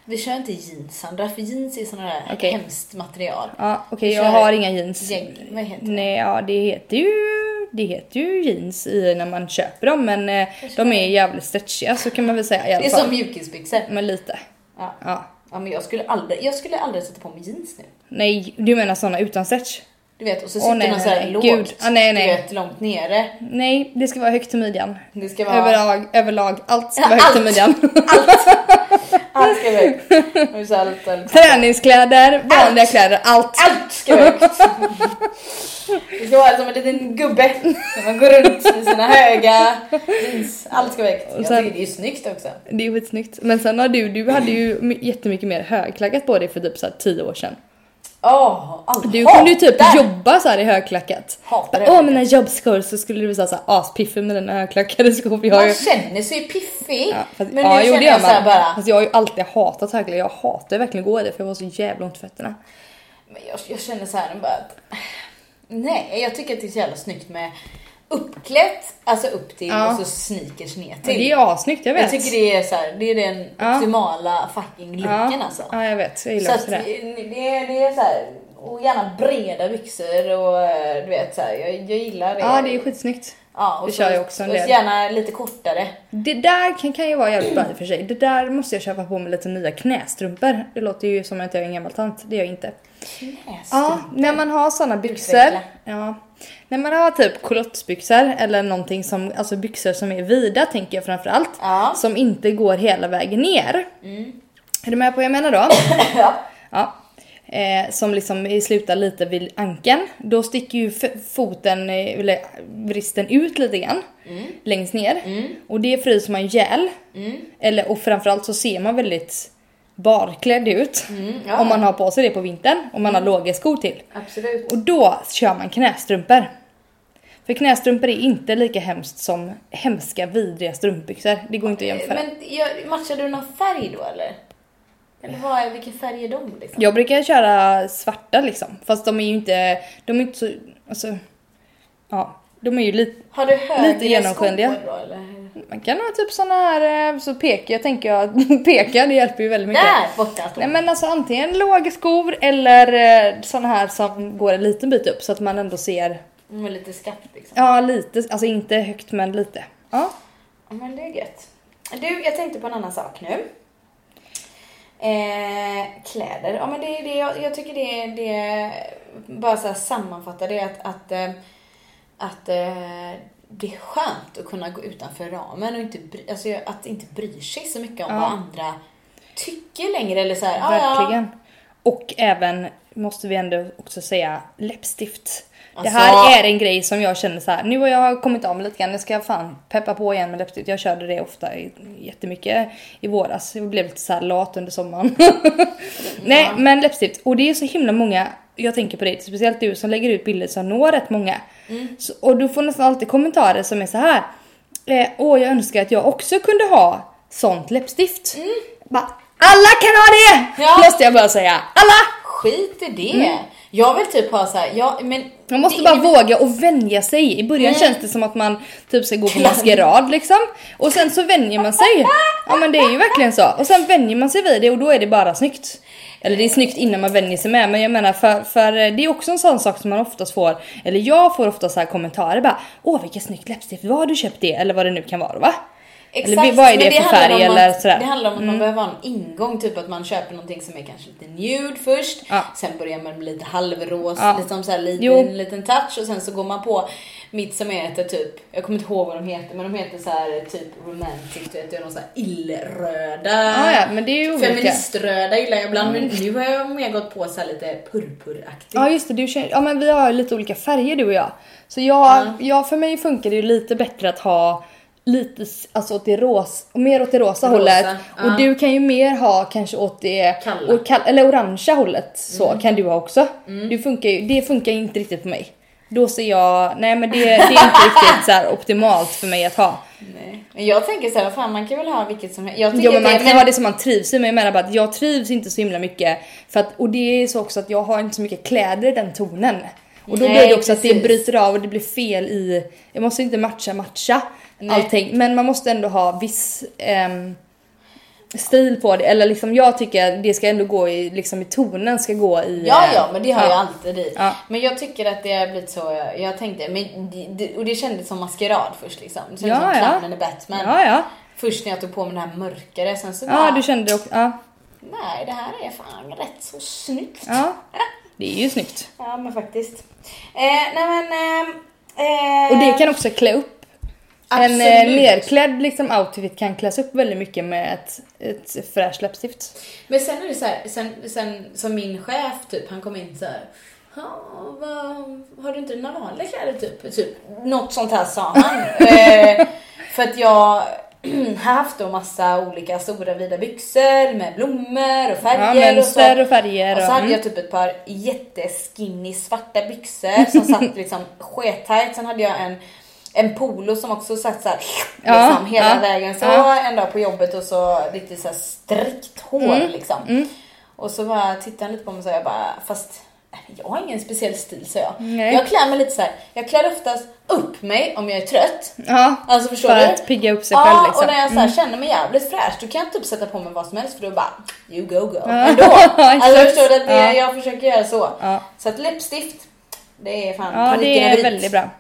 Vi kör inte jeans, Sandra, för jeans är sådana där hemskt material. Ja, okej, jag har inga jeans. Vad heter det? Nej, ja, det heter ju jeans när man köper dem, men de är jävligt stretchiga, så kan man väl säga i alla fall. Det är som mjukisbyxor. Men lite. Ja, men jag skulle aldrig sätta på mig jeans nu. Nej, du menar såna utan stretch? Du vet, och så sitter man så här lågt. Nej. Du vet, långt nere. Nej, det ska vara högt till midjan. Det ska vara... Överlag, allt ska vara högt till midjan. Allt ska vara högt. Träningskläder, vanliga kläder, allt ska vara högt. Det ska vara som en liten gubbe. När man går runt med sina höga jeans. Allt ska vara högt. Jag tycker det är snyggt också. Det är ju snyggt. Men sen har du hade ju jättemycket mer högklackat på dig för typ så här 10 år sedan. Du kunde ju typ jobba så här i högklackat. Mina jobbskor, så skulle du säga så här aspiffig med den högklackade skor. Man känner sig piffig. Men nu känner jag så här bara. Alltså jag har ju alltid hatat högklackat. Jag hatar verkligen gå i det, för jag var så jävla ont i fötterna. Men jag känner så här bara att... Nej, jag tycker att det är så jävla snyggt med uppklätt, alltså upp till och så sneakers ner till. Det är snyggt, jag vet. Jag tycker det är så här, det är den optimala fucking looken alltså. Ja, jag vet. Jag gillar också det. Det är så här, och gärna breda byxor och du vet så här, jag gillar det. Ja, det är skitsnyggt. Ja, och det så, kör jag också en del. Och gärna lite kortare. Det där kan ju vara jävligt bra för sig. Det där måste jag köpa på med lite nya knästrumpor. Det låter ju som att jag är en gammal tant. Det är jag inte. Knästrumpor? Ja, när man har såna byxor. Ja. När man har typ kolottsbyxor eller någonting som, alltså byxor som är vida, tänker jag framförallt. Ja. Som inte går hela vägen ner. Är du med på vad jag menar då? Ja. Som liksom slutar lite vid ankeln. Då sticker ju foten eller vristen ut lite grann längst ner. Och det fryser man ihjäl. Och framförallt så ser man väldigt barklädd ut. Om man har på sig det på vintern. Om man har låga skor till. Absolut. Och då kör man knästrumpor. För knästrumpor är inte lika hemskt som hemska vidriga strumpbyxor. Det går inte att jämföra. Men matchar du någon färg då eller? Eller vilken färg är de liksom? Jag brukar köra svarta liksom. Fast de är ju inte så, alltså, ja, de är ju lite genomskinliga. Då, eller? Man kan ha typ såna här, så peka, det hjälper ju väldigt mycket. Där borta. Nej, men alltså antingen låga skor eller såna här som går en liten bit upp så att man ändå ser. Med lite skatt liksom. Ja, lite, alltså inte högt men lite. Ja. Men det är gött. Du, jag tänkte på en annan sak nu. Kläder. Ja, men det är det jag tycker det bara så här sammanfattar det att det är skönt att kunna gå utanför ramen och att inte bry sig så mycket om vad andra tycker längre eller så här. Verkligen. Och även måste vi ändå också säga läppstift. Alltså, det här är en grej som jag känner så här. Nu har jag kommit av mig lite grann. Jag ska fan peppa på igen med läppstift. Jag körde det ofta jättemycket i våras. Jag blev lite så här lat under sommaren. Nej, men läppstift. Och det är så himla många. Jag tänker på det. Speciellt du som lägger ut bilder som når rätt många. Och du får nästan alltid kommentarer som är så här. Jag önskar att jag också kunde ha sånt läppstift. Bara, alla kan ha det! Ja. Måste jag bara säga. Alla! Skit i det. Jag vill typ ha så här, men man måste bara våga och vänja sig. I början känns det som att man typ ska gå på maskerad liksom. Och sen så vänjer man sig. Ja, men det är ju verkligen så. Och sen vänjer man sig vid det och då är det bara snyggt. Eller det är snyggt innan man vänjer sig med. Men jag menar för det är också en sån sak som man oftast får. Eller jag får ofta så här kommentarer bara. Vilket snyggt läppstift, var har du köpt det? Eller vad det nu kan vara, va? Exakt, eller vad är det för färg eller sådär? Det handlar om att man behöver ha en ingång, typ att man köper någonting som är kanske lite nude först, sen börjar man med lite halvros, liksom så här liten touch och sen så går man på mitt som heter typ, jag kommer inte ihåg vad de heter, men de heter så här typ romantic, du vet, det är någon så här illröda. Men det är ju olika. Feministröda gillar jag ibland, men nu har jag mer gått på så här lite purpuraktigt. Ja, just det, men vi har lite olika färger du och jag. Så för mig funkar det ju lite bättre att ha lite alltså åt det rosa, mer åt det rosa hållet. Och du kan ju mer ha kanske åt det eller orangea hållet, så kan du ha också. Det funkar inte riktigt på mig. Då ser jag, nej men det är inte riktigt så här optimalt för mig att ha. Nej. Men jag tänker så här, fan man kan väl ha vilket som helst. Men man kan ha det som man trivs i, men jag menar bara att jag trivs inte så himla mycket för att, och det är så också att jag har inte så mycket kläder i den tonen. Och då blir det också att det bryter av och det blir fel i, jag måste inte matcha allting, men man måste ändå ha viss stil på det. Eller liksom jag tycker det ska ändå gå i, liksom i tonen ska gå i... Ja, men det har jag alltid i. Ja. Men jag tycker att det har blivit så, jag tänkte, men och det kändes som maskerad först liksom. Det kändes som clownen i Batman. Ja. Först när jag tog på mig den här mörkare, sen så Ja, du kände också, nej, det här är fan rätt så snyggt. Ja, det är ju snyggt. Ja, men faktiskt. Och det kan också klä upp. Absolut. En nerklädd liksom outfit kan kläs upp väldigt mycket med ett fräscht läppstift. Men sen är det så här, sen som min chef typ, han kom in så här. Har du inte några vanliga kläder typ? Något sånt här sa han. För att jag har haft då massa olika stora vida byxor med blommor och färger. Mönster och färger. Och så hade jag typ ett par jätteskinny svarta byxor som satt liksom skettajt. Sen hade jag en polo som också satt så här, liksom hela vägen så en dag på jobbet och så lite så här strikt hår liksom. Och så bara tittade han lite på mig och så jag bara, fast jag har ingen speciell stil, så jag. Nej. Jag klär mig lite så här. Jag klär oftast upp mig om jag är trött. Ja, alltså förstår för du? att pigga upp sig själv liksom. Och när jag så här, känner mig jävligt fräsch, då kan jag typ sätta på mig vad som helst, för då bara, you go. Ändå. Alltså förstår du att jag försöker göra så. Så att läppstift, det är fan det är väldigt bra.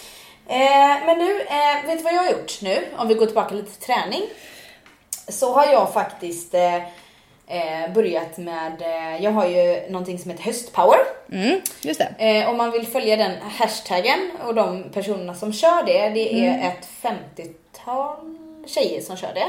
Men nu, vet du vad jag har gjort nu? Om vi går tillbaka lite till träning. Så har jag faktiskt börjat med, jag har ju någonting som heter höstpower. Just det. Om man vill följa den hashtaggen och de personerna som kör det är ett 50-tal tjejer som kör det.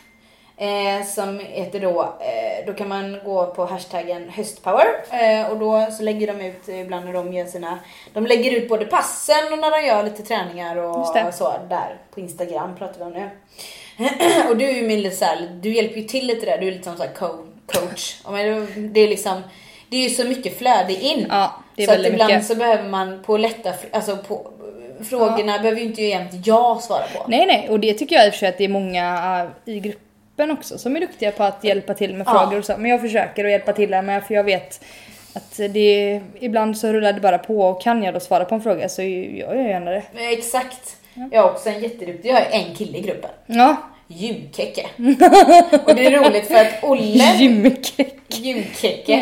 Som heter då kan man gå på hashtaggen höstpower och då så lägger de ut ibland när de gör de lägger ut både passen och när de gör lite träningar och så där på Instagram pratar vi om nu. Och du är ju min lite du hjälper ju till lite där, du är lite som så här coach. Det är liksom, det är ju så mycket flöde in. Ja, det är så väldigt att ibland mycket. så behöver man på lätta, alltså på frågorna behöver ju inte jämt jag svara på. Nej, och det tycker jag i och för sig att det är många i gruppen också som är duktiga på att hjälpa till med frågor och så. Men jag försöker att hjälpa till där med, för jag vet att det ibland så rullar det bara på, och kan jag då svara på en fråga så jag gör gärna det. Exakt. Jag har också en jätteduktig, jag har en kille i gruppen. Ja. Gymkecke. Och det är roligt för att Olle Gymkecke.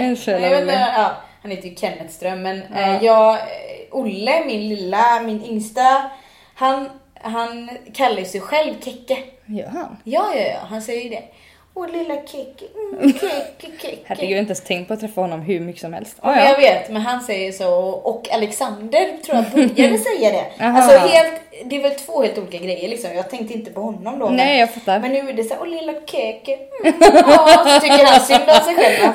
Han heter ju Kenneth Ström, men Olle, min yngsta, han kallar sig själv Kecke. Ja, han säger ju det. Och lilla Kecke, Kecke. Herregud, jag har inte ens tänkt på att träffa honom hur mycket som helst. Men jag vet, men han säger så, och Alexander tror jag började säga det. Alltså det är väl två helt olika grejer liksom. Jag tänkte inte på honom då. Nej, jag fattar. Men nu är det så här, och lilla Keke. Så tycker han synd om sig själv.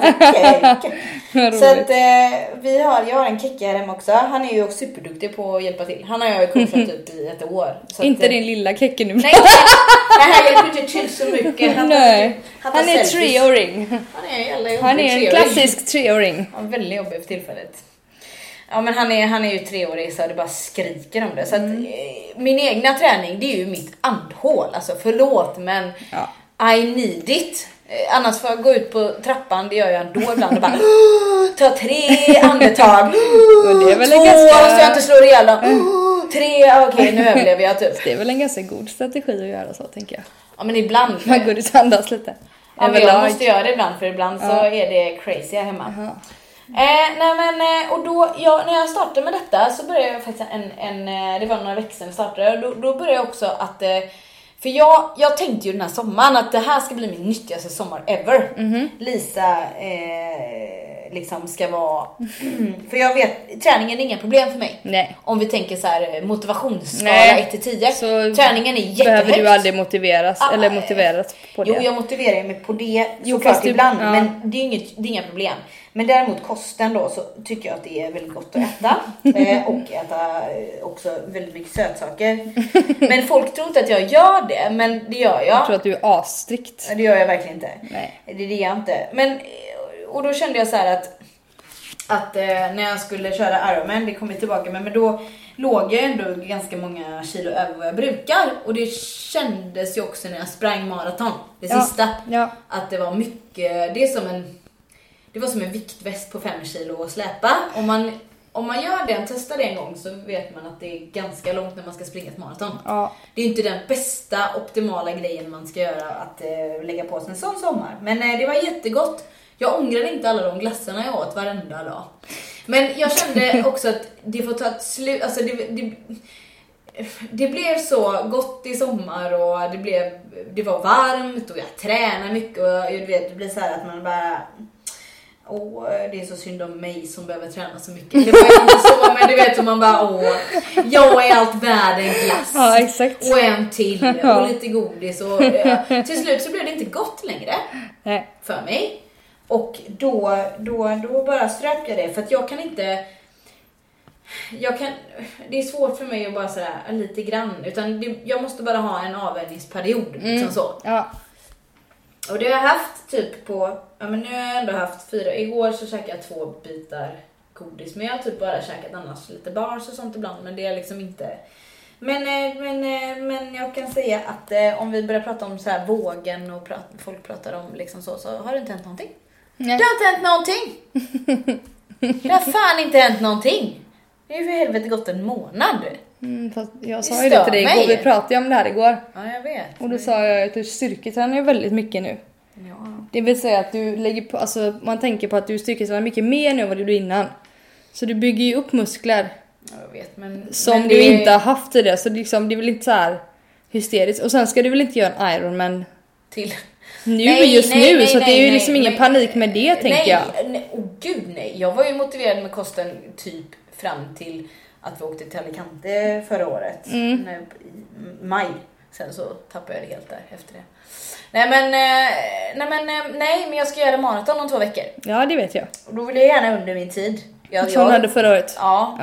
Så att jag har en Keke här hemma också. Han är ju också superduktig på att hjälpa till. Han har jag coachat typ i ett år. Så inte din lilla Keke nu. Nej, han hjälper inte till så mycket. Han är treåring. Han är en klassisk treåring. Han är väldigt jobbig för tillfället. Ja, men han är ju 3 år så det bara skriker om det. Så att min egna träning, det är ju mitt andhål. Alltså förlåt, men I need it. Annars får jag gå ut på trappan, det gör jag ändå ibland och bara ta 3 andetag. Det är väl 2 så jag inte slår ihjäl dem. 3, okej, nu överlever jag typ. Det är väl en ganska god strategi att göra så, tänker jag. Ja, men ibland. Man går ut och andas lite. Ja, men jag måste göra det ibland, för ibland så är det crazy här hemma. Och då, när jag startade med detta så började jag faktiskt det var några veckor sedan jag startade. Då började jag också att, för jag tänkte ju den här sommaren att det här ska bli min nyttigaste sommar ever. Lisa liksom ska vara, för jag vet, träningen är inga problem för mig. Nej. Om vi tänker så här motivationsskala 1-10, så träningen är jättehögt. Behöver du aldrig motiveras eller motiveras på det? Jo, jag motiverar mig på det såklart ibland, men det är inga problem. Men däremot kosten då, så tycker jag att det är väldigt gott att äta. Och äta också väldigt mycket sötsaker. Men folk tror inte att jag gör det, men det gör jag. Jag tror att du är asstrikt. Det gör jag verkligen inte. Nej. Det är det jag inte. Men, och då kände jag så här att när jag skulle köra Ironman, det kommer tillbaka med, men då låg jag ändå ganska många kilo över vad jag brukar. Och det kändes ju också när jag sprang maraton, det sista. Ja. Att det var mycket, det var som en viktväst på 5 kilo att släpa. Och om man gör den, testar det en gång, så vet man att det är ganska långt när man ska springa ett maraton. Ja. Det är inte den bästa optimala grejen man ska göra att lägga på sig en sån sommar. Men det var jättegott. Jag ångrar inte alla de glassarna jag åt varenda dag. Men jag kände också att det får ta ett slut. Alltså det blev så gott i sommar och det var varmt och jag tränade mycket och jag vet, det blir så här att man bara det är så synd om mig som behöver träna så mycket. Det var inte så, men du vet hur man bara jag är allt världen glass. Ja, exakt. Och en till och lite godis och till slut så blev det inte gott längre. Nej. För mig. Och då bara ströp jag det, för att jag kan inte det är svårt för mig att bara sådär lite grann, utan jag måste bara ha en avvänjningsperiod liksom så. Ja. Och det har jag haft typ på, men nu har jag ändå haft 4. Igår så käkade jag 2 bitar godis, men jag har typ bara käkat annars lite bars och sånt ibland, men det är liksom inte. Men jag kan säga att om vi börjar prata om så här vågen och folk pratar om liksom så har det inte hänt någonting. Nej. Det har inte hänt någonting. Det har fan inte hänt någonting. Det är ju för helvete gått en månad. Fast jag sa ju det till dig igår, vi pratade ju om det här igår. Ja, jag vet. Och då sa jag att du styrketränar ju väldigt mycket nu. Ja. Det vill säga att du lägger på, alltså man tänker på att du styrketränar mycket mer nu än vad du gjorde innan. Så du bygger ju upp muskler. Ja, jag vet, men som du inte har haft tidigare, så liksom, det är väl inte så här hysteriskt. Och sen ska du väl inte göra en Ironman till nu, så det är ju liksom ingen panik med det, tänker jag. Nej. Jag var ju motiverad med kosten typ fram till att vi åkte till Alicante förra året. I maj. Sen så tappade jag det helt där efter det. Men jag ska göra maraton om 2 veckor. Ja, det vet jag. Och då vill jag gärna under min tid. Som hade förra året. Ja,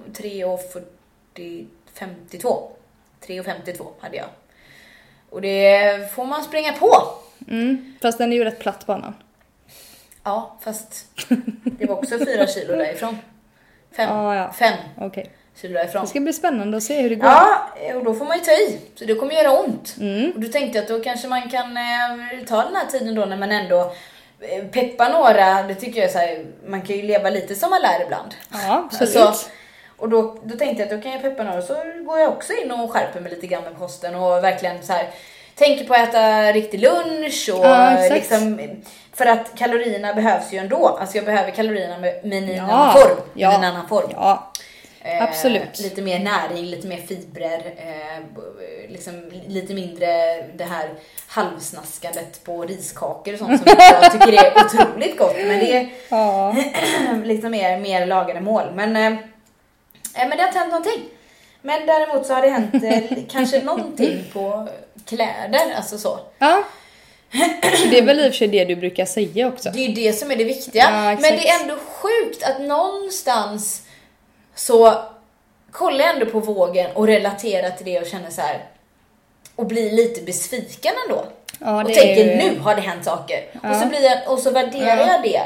3:52 hade jag. Och det får man springa på. Fast den är ju rätt platt banan. Ja, fast det var också 4 kilo därifrån. 5 okay. kilo därifrån. Det ska bli spännande att se hur det går. Ja, och då får man ju ta i. Så det kommer göra ont. Och då tänkte jag att då kanske man kan ta den här tiden då när man ändå peppa några. Det tycker jag är så här, man kan ju leva lite som man lär ibland. Ja, absolut. Alltså, och då tänkte jag att då kan jag peppa några, så går jag också in och skärper mig lite grann med kosten och verkligen så här tänker på att äta riktig lunch och liksom, för att kalorierna behövs ju ändå. Alltså jag behöver kalorierna med en annan form. Ja. En annan form. Ja. Absolut. Lite mer näring, lite mer fibrer, liksom lite mindre det här halvsnaskandet på riskakor och sånt som jag tycker är otroligt gott, men det är liksom mer lagade mål. Men det har inte hänt någonting. Men däremot så har det hänt kanske någonting på kläder, alltså så. Ja. Det är väl i och för sig det du brukar säga också. Det är det som är det viktiga. Men det är ändå sjukt att någonstans så kollar jag ändå på vågen och relaterar till det och känner så här och blir lite besviken ändå. Ja, och tänker nu har det hänt saker. Ja. Och så värderar jag det.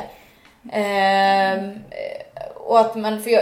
Och att man, för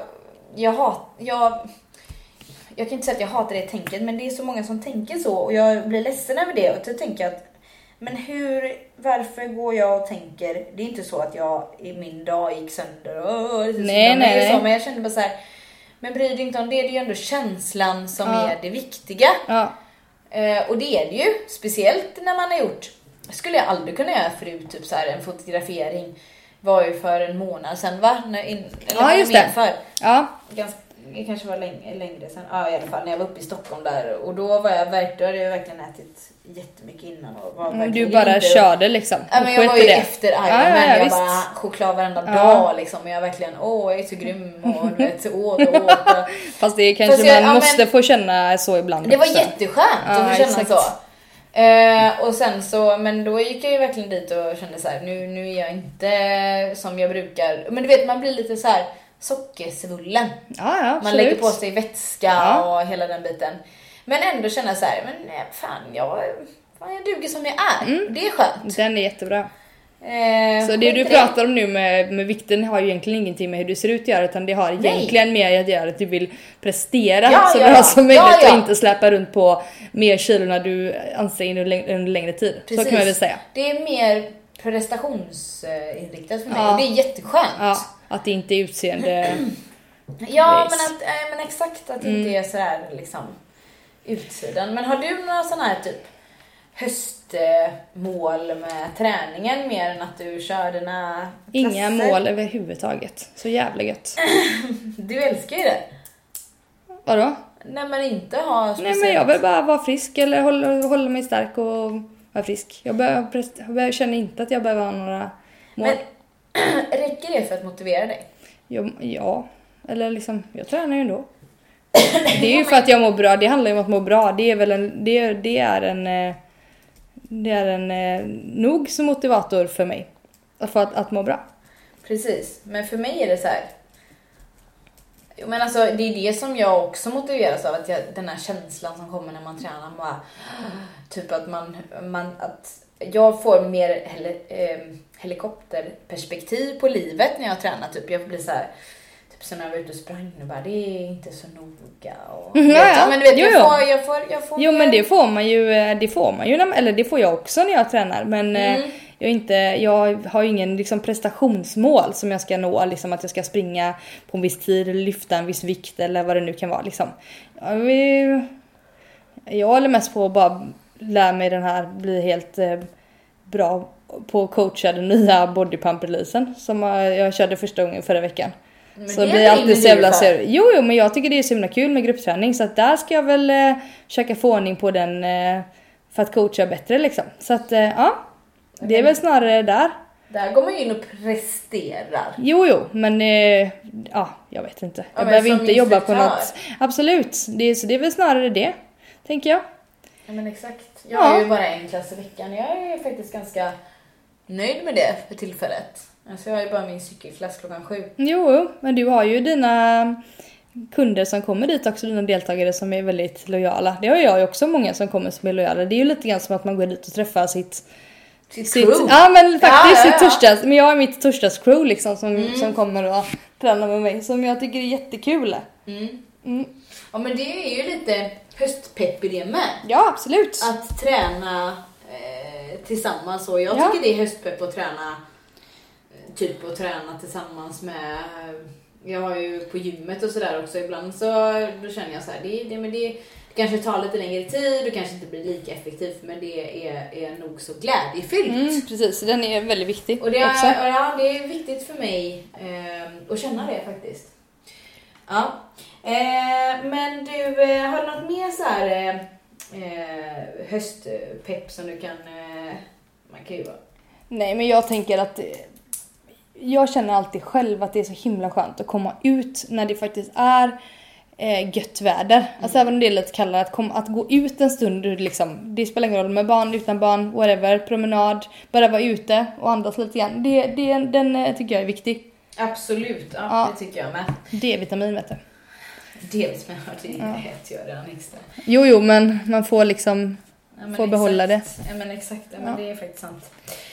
jag kan inte säga att jag hatar det tänket, men det är så många som tänker så och jag blir ledsen över det. Och så tänker jag att men varför går jag och tänker, det är inte så att jag i min dag gick sönder nej. Så, men jag kände bara så här, men bryr dig inte om det, det är ju ändå känslan som är det viktiga. Ja. Och det är det ju, speciellt när man har gjort, skulle jag aldrig kunna göra förut, typ så här, en fotografering var ju för en månad sedan, va? Just det. Det kanske var längre sedan. Ja, i alla fall när jag var uppe i Stockholm där. Och då var jag verkligen ätit jättemycket innan. Och du bara körde liksom. Ja, men jag var ju efter Ironman. Jag bara choklad varenda dag liksom. Och jag verkligen, jag är så grym. Och du vet, åt. Fast det kanske man måste få känna så ibland. Det var jätteskönt att få känna så. Och sen så, men då gick jag ju verkligen dit och kände så här, nu är jag inte som jag brukar. Men du vet, man blir lite så här sockersvullen. Man lägger på sig vätska och hela den biten. Men ändå känna så här, men fan, jag duger som jag är. Det är skönt. Den är jättebra. Så det du pratar om nu med vikten har ju egentligen ingenting med hur du ser ut att göra, utan det har egentligen mer att göra att du vill prestera så bra som möjligt och inte släppa runt på mer kilo när du anstränger under längre tid. Precis. Så kan man väl säga. Det är mer prestationsinriktat för mig och det är jätteskönt. Att det inte är utseende Ja, men exakt att det inte är så här liksom utsidan. Men har du några sådana här typ höstmål med träningen mer än att du kör dina klasser? Inga mål överhuvudtaget. Så jävla gött. Du älskar ju det. Vadå? Nej, men inte ha speciellt... Nej, men jag vill bara vara frisk eller hålla mig stark och vara frisk. Jag känner inte att jag behöver ha några mål. Men räcker det för att motivera dig? Ja. Eller liksom, jag tränar ju ändå. Det är ju för att jag mår bra. Det handlar ju om att må bra. Det är väl det är en nog som motivator för mig. För att må bra. Precis. Men för mig är det så här. Men alltså, det är det som jag också motiveras av. Att den här känslan som kommer när man tränar. Bara, typ att att jag får mer helikopterperspektiv på livet när jag tränar. Typ jag blir så här... Så när jag var ute och sprang och bara, det är inte så noga. Och, men du vet, jag får jo, men det får man ju, eller det får jag också när jag tränar. Men jag har ju ingen liksom prestationsmål som jag ska nå. Liksom att jag ska springa på en viss tid eller lyfta en viss vikt eller vad det nu kan vara. Liksom. Jag håller mest på att bara lära mig den här, bli helt bra på att coacha den nya bodypump-releasen som jag körde första gången förra veckan. Men så det blir alltid så jävla ser. Jo, men jag tycker det är så himla kul med gruppträning. Så att där ska jag väl försöka få ordning på den för att coacha bättre liksom. Så att det är väl snarare där. Där går man ju in och presterar. Jo, men jag vet inte. Jag behöver inte jobba på något. Absolut, det är väl snarare det, tänker jag. Ja, men exakt. Jag har ju bara en klass i veckan. Jag är faktiskt ganska nöjd med det för tillfället. Alltså jag har ju bara min cykelklass 7:00. Jo, men du har ju dina kunder som kommer dit också, dina deltagare som är väldigt lojala. Det har jag ju också, många som kommer som är lojala. Det är ju lite grann som att man går dit och träffar sitt crew. Ja, men faktiskt sitt torsdags. Men jag har mitt torsdags crew liksom som kommer och tränar med mig. Som jag tycker är jättekul. Ja, men det är ju lite höstpepp i det med. Ja, absolut. Att träna tillsammans. Och jag tycker det är höstpepp att träna tillsammans med... Jag har ju på gymmet och sådär också ibland, så då känner jag så här, det kanske tar lite längre tid, det kanske inte blir lika effektivt, men det är nog så glädjefyllt. Precis, den är väldigt viktig. Och det är viktigt för mig att känna det faktiskt. Ja. Men du, har du något mer så här höstpepp som du kan... man kan ju vara... Nej, men jag tänker att... Jag känner alltid själv att det är så himla skönt att komma ut när det faktiskt är gött väder. Alltså även om det är lite kallare, att gå ut en stund liksom, det spelar ingen roll med barn, utan barn, whatever, promenad, bara vara ute och andas lite grann. Den tycker jag är viktig. Absolut, ja. Det tycker jag med. D-vitamin, vet du. D-vitamin, det gör redan extra. Jo, men man får liksom får behålla det. Ja, men exakt, men det är faktiskt sant.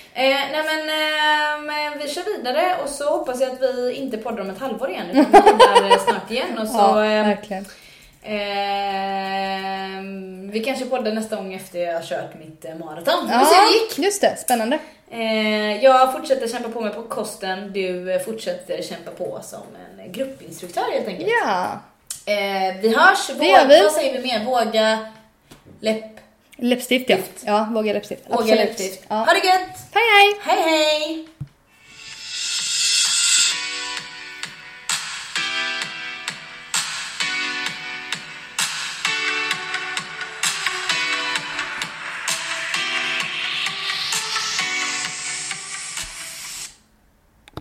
Men vi kör vidare och så hoppas jag att vi inte poddar om ett halvår igen, utan vi poddar snart igen och så verkligen. Vi kanske poddar nästa gång efter jag har kört mitt maraton. Ja, just det, spännande. Jag fortsätter kämpa på mig på kosten, du fortsätter kämpa på som en gruppinstruktör helt enkelt. Ja. Vi hörs, vad säger vi mer? Våga läppstift, ja. Ja, våga läppstift. Våga läppstift. Ja. Ha det gött! Hej hej! Hej hej!